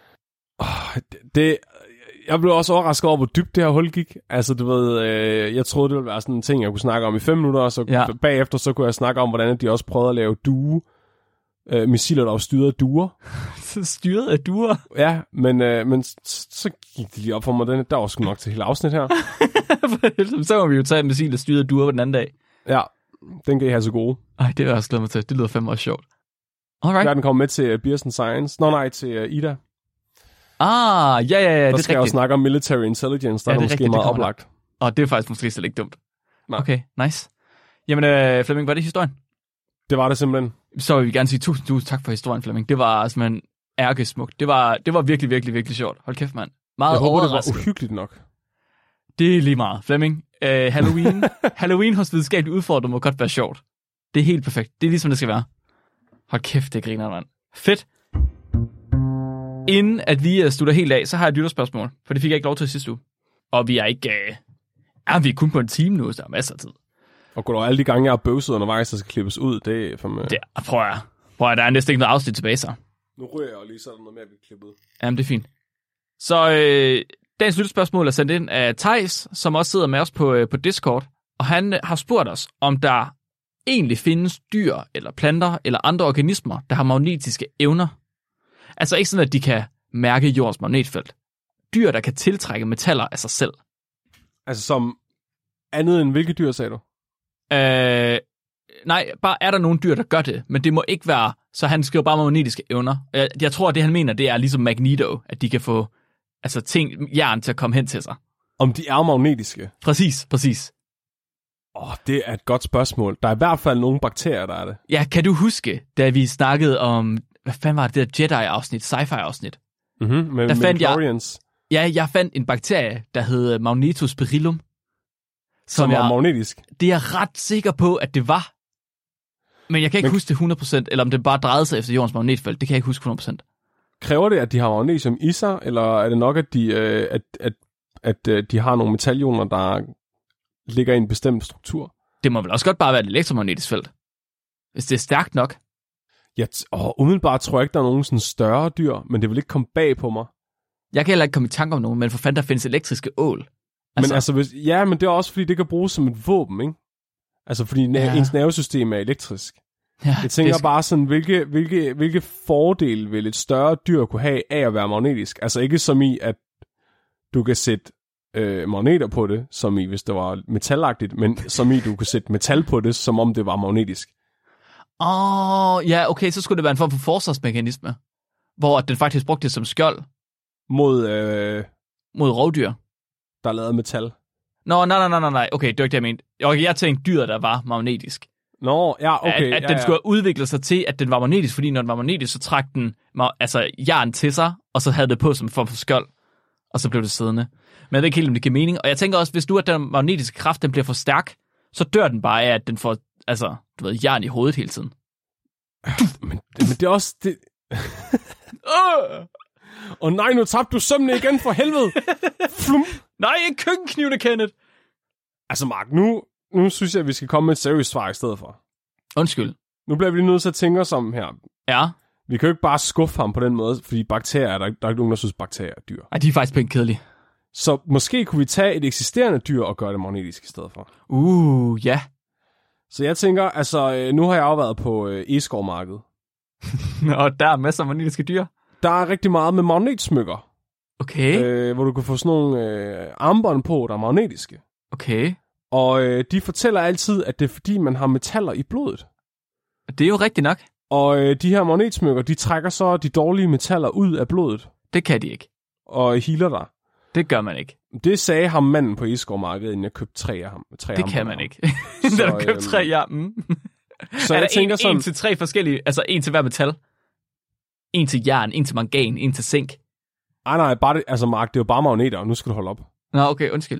Jeg blev også overrasket over, hvor dybt det her hul gik. Altså, du ved, jeg troede, det ville være sådan en ting, jeg kunne snakke om i 5 minutter, og så bagefter, så kunne jeg snakke om, hvordan de også prøvede at lave missiler, der var styret af duer. Styret af duer? Ja, men så gik det lige op for mig, der var sgu nok til hele afsnit her. Så må vi jo tage et missil, der styret af duer på den anden dag. Ja, den kan I have så gode. Ej, det vil jeg også glæde mig til. Det lyder fandme også sjovt. Alright. Den kommer med til Beers & Science. Til Ida. Ja, det er rigtigt. Der skal jeg jo snakke om military intelligence, der er måske rigtigt, meget oplagt. Og det er faktisk måske slet ikke dumt. Nej. Okay, nice. Jamen, Flemming, var det historien? Det var det simpelthen. Så vil vi gerne sige tusind tak for historien, Flemming. Det var simpelthen ærkesmukt. Det var virkelig, virkelig, virkelig sjovt. Hold kæft, mand. Meget overraskende. Det var uhyggeligt nok. Det er lige meget. Flemming, Halloween hos videnskabeligt udfordret må godt være sjovt. Det er helt perfekt. Det er ligesom det skal være. Hold kæft, det griner, mand. Fedt. Inden at vi slutter helt af, så har jeg et lytterspørgsmål, for det fik jeg ikke lov til sidste uge. Og vi er ikke... vi er kun på en time nu, så der er masser af tid. Og går alle de gange, jeg har bøvset undervejs, der skal klippes ud, det er for mig. Det prøver jeg, der er næsten ikke noget afsnit tilbage så. Nu ryger jeg lige, så er der noget mere, vi kan klippe ud. Jamen, det er fint. Så dagens lyttespørgsmål er sendt ind af Theis, som også sidder med os på Discord. Og han har spurgt os, om der egentlig findes dyr, eller planter, eller andre organismer, der har magnetiske evner. Altså ikke sådan, at de kan mærke jordens magnetfelt. Dyr, der kan tiltrække metaller af sig selv. Altså som andet end hvilke dyr, sagde du? Nej, bare er der nogle dyr, der gør det, men det må ikke være, så han skriver bare magnetiske evner. Jeg tror, at det han mener, det er ligesom Magneto, at de kan få jern til at komme hen til sig. Om de er magnetiske? Præcis. Det er et godt spørgsmål. Der er i hvert fald nogle bakterier, der er det. Ja, kan du huske, da vi snakkede om, hvad fanden var det der Jedi-afsnit, sci-fi-afsnit? Med Midichlorians. Jeg fandt en bakterie, der hed Magnetospirillum. Som var magnetisk? Det er jeg ret sikker på, at det var. Men jeg kan ikke huske det 100%, eller om det bare drejede sig efter jordens magnetfelt. Det kan jeg ikke huske 100%. Kræver det, at de har magnesium i sig, eller er det nok, at de har nogle metalioner, der ligger i en bestemt struktur? Det må vel også godt bare være et elektromagnetisk felt. Hvis det er stærkt nok. Umiddelbart tror jeg ikke, der er nogen sådan større dyr, men det vil ikke komme bag på mig. Jeg kan heller ikke komme i tanke om nogen, men for fanden, der findes elektriske ål. Men det er også, fordi det kan bruges som et våben, ikke? Altså, fordi ens nervesystem er elektrisk. Ja, jeg tænker bare sådan, hvilke fordele vil et større dyr kunne have af at være magnetisk? Altså ikke som i, at du kan sætte magneter på det, som i, hvis det var metalagtigt, men som i, du kan sætte metal på det, som om det var magnetisk. Ja, okay, så skulle det være en form for forsvarsmekanisme, hvor den faktisk brugte det som skjold. Mod rovdyr. Der er lavet metal. Nej. Okay, det var ikke det, jeg mente. Jeg tænkte dyret, der var magnetisk. Okay. At den skulle udvikle sig til, at den var magnetisk, fordi når den var magnetisk, så trak den jern til sig, og så havde det på som en form for skjold, og så blev det siddende. Men jeg ved ikke helt, om det giver mening. Og jeg tænker også, hvis nu at den magnetiske kraft, den bliver for stærk, så dør den bare af, at den får, jern i hovedet hele tiden. Men det er også... Det... nej, nu tabte du sømne igen, for helvede! Flump! Nej, ikke køkkenknivene, Kenneth! Altså, Mark, nu synes jeg, at vi skal komme med et seriøst svar i stedet for. Undskyld. Nu bliver vi lige nødt til at tænke os om her. Ja. Vi kan jo ikke bare skuffe ham på den måde, fordi bakterier, der er ikke nogen, der synes, bakterier er dyr. Ej, de er faktisk pænt kedelige. Så måske kunne vi tage et eksisterende dyr og gøre det magnetisk i stedet for. Ja. Så jeg tænker, nu har jeg jo været på e-skovmarkedet. Og der er masser af magnetiske dyr. Der er rigtig meget med magnetsmykker. Okay. Hvor du kan få sådan nogle armbånd på, der er magnetiske. Okay. Og de fortæller altid, at det er fordi, man har metaller i blodet. Det er jo rigtigt nok. Og de her magnetsmykker, de trækker så de dårlige metaller ud af blodet. Det kan de ikke. Og healer dig. Det gør man ikke. Det sagde ham manden på e-skovmarkedet, inden jeg købte 3 af ham. Det kan man ikke. Da du købte 3, ja. Så er der jeg tænker sådan... en til 3 forskellige, altså en til hver metal? En til jern, en til mangan, en til zink? Nej, bare det, altså Mark, det er jo bare magneter, og nu skal du holde op. Nå, okay, undskyld.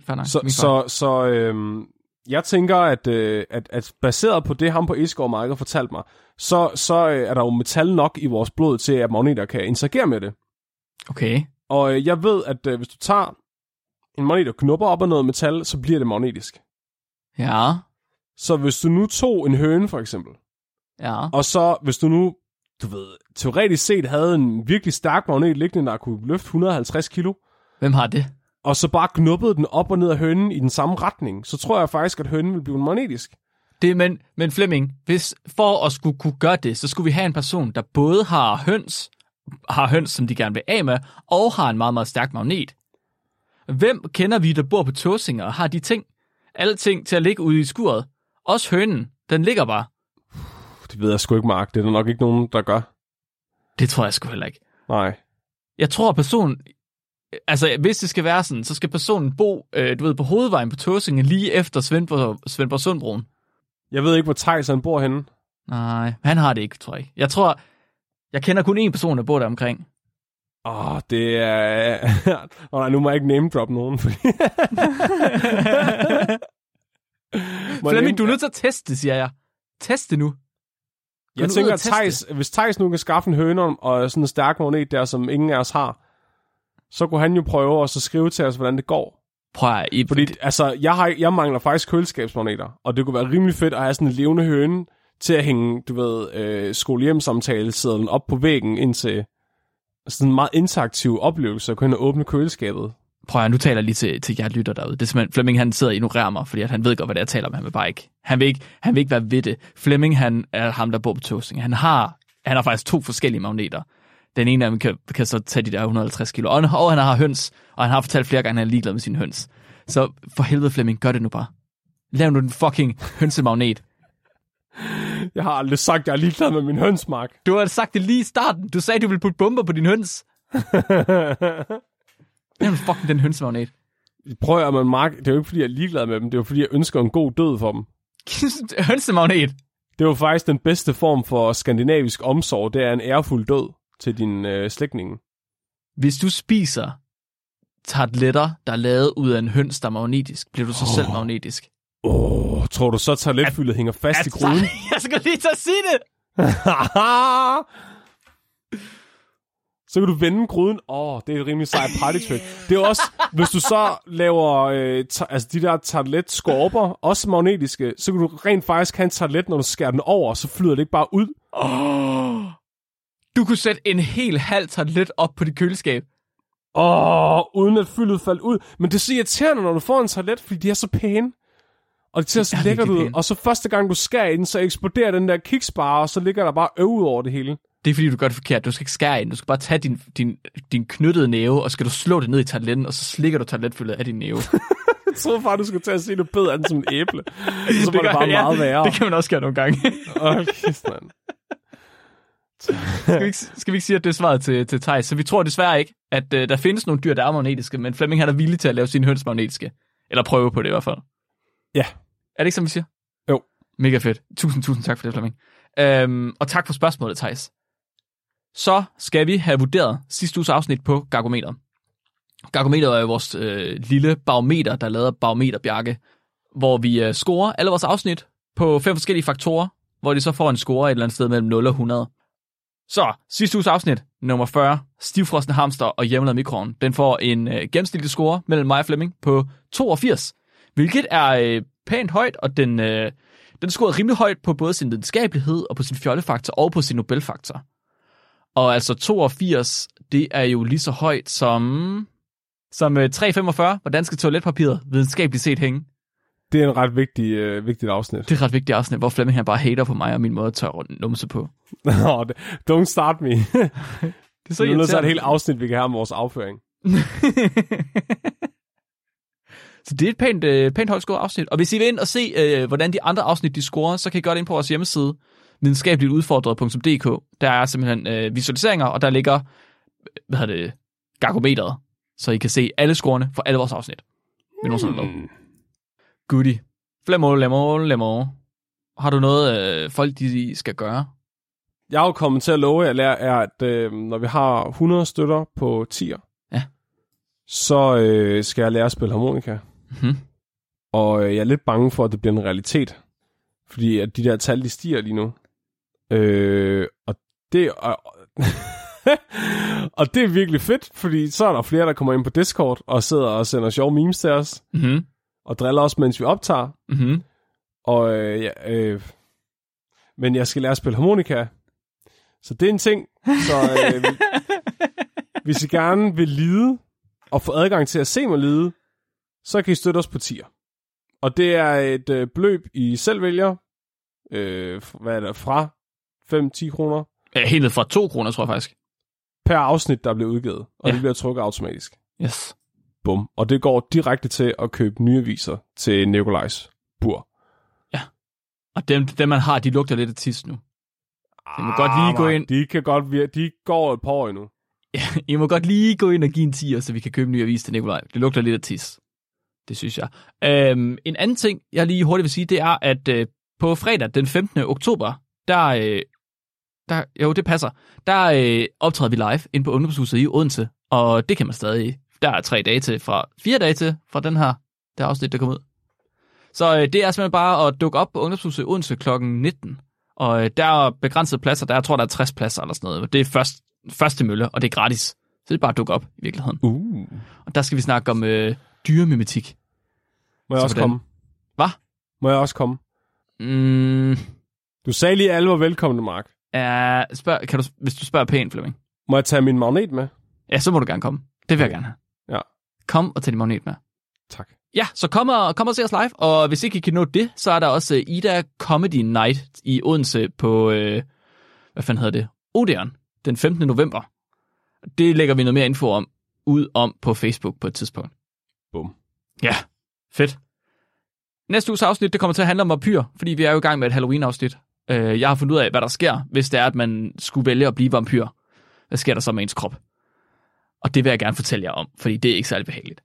Jeg tænker, at baseret på det, ham på e-skovmarkedet fortalte mig, så er der jo metal nok i vores blod til, at magneter kan interagere med det. Okay. Og jeg ved, at hvis du tager en magnet og knupper op af noget metal, så bliver det magnetisk. Ja. Så hvis du nu tog en høne, for eksempel, og så hvis du nu, teoretisk set havde en virkelig stærk magnet liggende, der kunne løfte 150 kilo. Hvem har det? Og så bare knuppede den op og ned af hønen i den samme retning, så tror jeg faktisk, at hønen vil blive magnetisk. Men Flemming, hvis for at skulle kunne gøre det, så skulle vi have en person, der både har høns, som de gerne vil af med, og har en meget, meget stærk magnet. Hvem kender vi, der bor på Tåsinge og har de ting? Alle ting til at ligge ude i skuret. Også hønen, den ligger bare. Det ved jeg sgu ikke, Mark. Det er der nok ikke nogen, der gør. Det tror jeg sgu heller ikke. Nej. Jeg tror, personen... Altså, hvis det skal være sådan, så skal personen bo, på hovedvejen på Tåsinge, lige efter Svendborg Sundbroen. Jeg ved ikke, hvor Theis han bor henne. Nej, han har det ikke, tror jeg. Jeg kender kun én person, der bor der omkring. Det er... nej, nu må jeg ikke name-drop nogen, fordi... Flemming, du er nødt til at teste, siger jeg. Test det nu. Jeg tænker, at hvis Theis nu kan skaffe en høne og sådan en stærk magnet der, som ingen af os har, så kunne han jo prøve at så skrive til os, hvordan det går. Prøv at... Fordi, altså, jeg mangler faktisk køleskabsmagneter, og det kunne være rimelig fedt at have sådan en levende høne til at hænge, du ved, skolehjemsamtalesedlen op på væggen indtil sådan en meget interaktiv oplevelse at kunne åbne køleskabet. Prøv at nu taler lige til jer lytter derude. Det er simpelthen, Flemming han sidder og ignorerer mig, fordi at han ved godt, hvad det er, jeg taler om. Han vil bare ikke. Han vil ikke være ved det. Flemming, han er ham, der bor på Tåsinge. Han har faktisk 2 forskellige magneter. Den ene af dem kan så tage de der 150 kilo. Og han har høns, og han har fortalt flere gange, at han er ligeglad med sine høns. Så for helvede, Flemming, gør det nu bare. Lav nu den fucking hønsemagnet. Jeg har aldrig sagt, at jeg er ligeglad med min høns, Mark. Du har sagt det lige i starten. Du sagde, du ville putte bomber på din høns. Lav nu fucking den hønsemagnet. Prøv at man, Mark, det er jo ikke, fordi jeg er ligeglad med dem. Det er jo, fordi jeg ønsker en god død for dem. Hønsemagnet. Det er jo faktisk den bedste form for skandinavisk omsorg. Det er en ærefuld død til din slægtninge. Hvis du spiser tarteletter, der er lavet ud af en høns, der er magnetisk, bliver du så selv magnetisk? Tror du så, at tarteletfyldet hænger fast i gryden? Jeg skal lige til at sige det! Så kan du vende gryden. Det er et rimelig sejt partytrick. Det er også, hvis du så laver de der tarteletskorper, også magnetiske, så kan du rent faktisk have en tartelet, når du skærer den over, så flyder det ikke bare ud. Du kunne sætte en hel halv tartelet op på dit køleskab. Uden at fyldet faldt ud. Men det er så irriterende, når du får en tartelet, fordi de er så pæne. Og det ser så lækkert ud. Og så første gang, du skærer i den, så eksploderer den der kiksbar, og så ligger der bare ud over det hele. Det er fordi, du gør det forkert. Du skal ikke skære i den. Du skal bare tage din knyttede næve, og skal du slå det ned i tarteletten, og så slikker du tarteletfyldet af din næve. Jeg troede faktisk, du skulle tage at se det bedre som en æble. Så var det bare meget værre. Det kan man også gøre nogle gange. Kæft, mand. Skal vi ikke sige, at det er svaret til Theis? Så vi tror desværre ikke, at der findes nogle dyr, der er magnetiske, men Flemming han er villig til at lave sine høns magnetiske. Eller prøve på det i hvert fald. Ja. Er det ikke, som vi siger? Jo. Mega fedt. Tusind tak for det, Flemming. Og tak for spørgsmålet, Theis. Så skal vi have vurderet sidste uges afsnit på Gargometer. Gargometer er jo vores lille barometer, der lader barometerbjarke, hvor vi scorer alle vores afsnit på 5 forskellige faktorer, hvor de så får en score et eller andet sted mellem 0 og 100. Så, sidste uges afsnit, nummer 40, stivfrosne hamster og hjemmelavet mikroovn, den får en gennemsnitlig score mellem mig og Flemming på 82, hvilket er pænt højt, og den scorede rimelig højt på både sin videnskabelighed og på sin fjollefaktor og på sin Nobelfaktor. Og altså 82, det er jo lige så højt som 345, hvordan skal toiletpapiret videnskabeligt set hænge? Det er en ret vigtigt afsnit. Det er et ret vigtigt afsnit, hvor Flemming han bare hater på mig og min måde at tørre numse på. Don't start me. Det er så irriterende. Det er et helt afsnit, vi kan have om vores afføring. Så det er et pænt højt scoret afsnit. Og hvis I vil ind og se, hvordan de andre afsnit de scorer, så kan I gøre det ind på vores hjemmeside, videnskabeligtudfordret.dk. Der er simpelthen visualiseringer, og der ligger, Gargometeret, så I kan se alle scorene for alle vores afsnit. Vi nogen sådan noget. Goodie. Flemmo. Har du noget, folk de skal gøre? Jeg har jo kommet til at love, at når vi har 100 støtter på 10'er, ja, så skal jeg lære at spille harmonika. Mm-hmm. Og jeg er lidt bange for, at det bliver en realitet. Fordi at de der tal, de stiger lige nu. Og det og det er virkelig fedt, fordi så er der flere, der kommer ind på Discord og sidder og sender sjove memes til os. Mm-hmm. Og driller os, mens vi optager. Mm-hmm. Og men jeg skal lære at spille harmonika. Så det er en ting. Så hvis I gerne vil lide og få adgang til at se mig lide, så kan I støtte os på 10'er. Og det er et beløb, I selv vælger. Hvad er det? Fra 5-10 kroner? Helt ned fra 2 kroner, tror jeg faktisk. Per afsnit, der bliver udgivet. Og det bliver trukket automatisk. Yes. Bum. Og det går direkte til at købe nye aviser til Nikolajs bur. Ja. Og dem man har, de lugter lidt af tis nu. I må godt lige gå ind. De går et par år endnu. Ja, I må godt lige gå ind og give en 10'er, så vi kan købe en ny avis til Nikolaj. Det lugter lidt af tis. Det synes jeg. En anden ting, jeg lige hurtigt vil sige, det er, at på fredag den 15. oktober, jo, det passer, der optræder vi live inde på Ungdomshuset i Odense, og det kan man stadig. Der er 4 dage til fra det afsnit, der kommer ud. Så det er simpelthen bare at dukke op på Ungdomshuset i Odense kl. 19. Og der er begrænsede pladser, jeg tror, der er 60 pladser eller sådan noget. Det er første mølle, og det er gratis. Så det er bare at dukke op i virkeligheden. Og der skal vi snakke om dyremimetik. Må jeg også komme? Hvad? Må jeg også komme? Du sagde lige, at alle var velkomne, Mark. Hvis du spørger pænt, Flemming. Må jeg tage min magnet med? Ja, så må du gerne komme. Det vil jeg gerne have. Ja. Kom og tag din magnet med. Tak. Ja, så kom og se os live. Og hvis ikke I kan nå det, så er der også Ida Comedy Night i Odense på, hvad fanden hedder det? Odeon, den 15. november. Det lægger vi noget mere info om på Facebook på et tidspunkt. Bum. Ja, fedt. Næste uges afsnit, det kommer til at handle om vampyr, fordi vi er jo i gang med et Halloween-afsnit. Jeg har fundet ud af, hvad der sker, hvis det er, at man skulle vælge at blive vampyr. Hvad sker der så med ens krop? Og det vil jeg gerne fortælle jer om, fordi det er ikke særlig behageligt.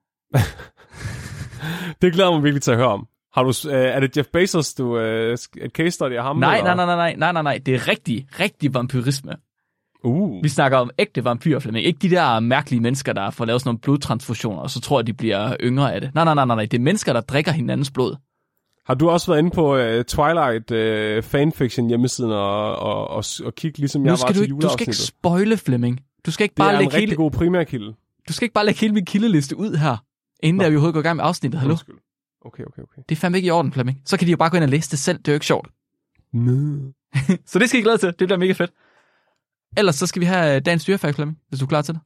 Det glæder mig virkelig til at høre om. Har du, er det Jeff Bezos, et case study af ham? Nej. Det er rigtig vampyrisme. Vi snakker om ægte vampyrer, Flemming. Ikke de der mærkelige mennesker, der får lavet sådan nogle blodtransfusioner, og så tror jeg, de bliver yngre af det. Nej. Det er mennesker, der drikker hinandens blod. Har du også været inde på Twilight fanfiction hjemmesiden og kigge, ligesom jeg var til juleafsnittet? Du skal ikke spoile, Flemming. Du skal ikke bare det er en rigtig god primærkilde. Du skal ikke bare lægge hele min kildeliste ud her, inden vi overhovedet går i gang med afsnittet. Hallo? Okay. Det er fandme ikke i orden, Flemming. Så kan de jo bare gå ind og læse det selv. Det er jo ikke sjovt. Så det skal I glæde til. Det bliver mega fedt. Ellers så skal vi have dagens dyrefakt, Flemming, hvis du er klar til det.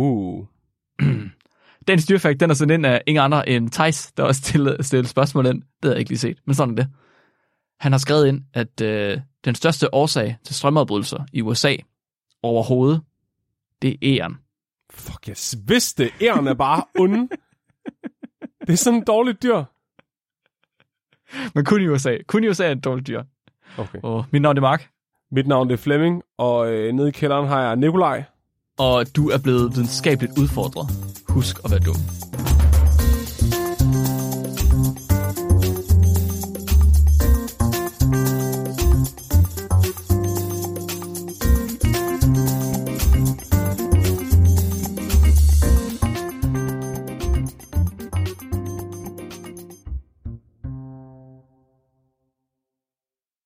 Dagens dyrefakt, den er sendt ind af ingen andre end Theis, der også stillede spørgsmål ind. Det havde jeg ikke lige set, men sådan er det. Han har skrevet ind, at den største årsag til strømafbrydelser i USA overhovedet, det er æren. Fuck, jeg vidste, æren er bare onde. Det er sådan et dårligt dyr. Men kun i USA. Kun i USA er et dårligt dyr. Okay. Og mit navn er Mark. Mit navn er Flemming, og nede i kælderen har jeg Nikolaj. Og du er blevet videnskabeligt udfordret. Husk at være dum.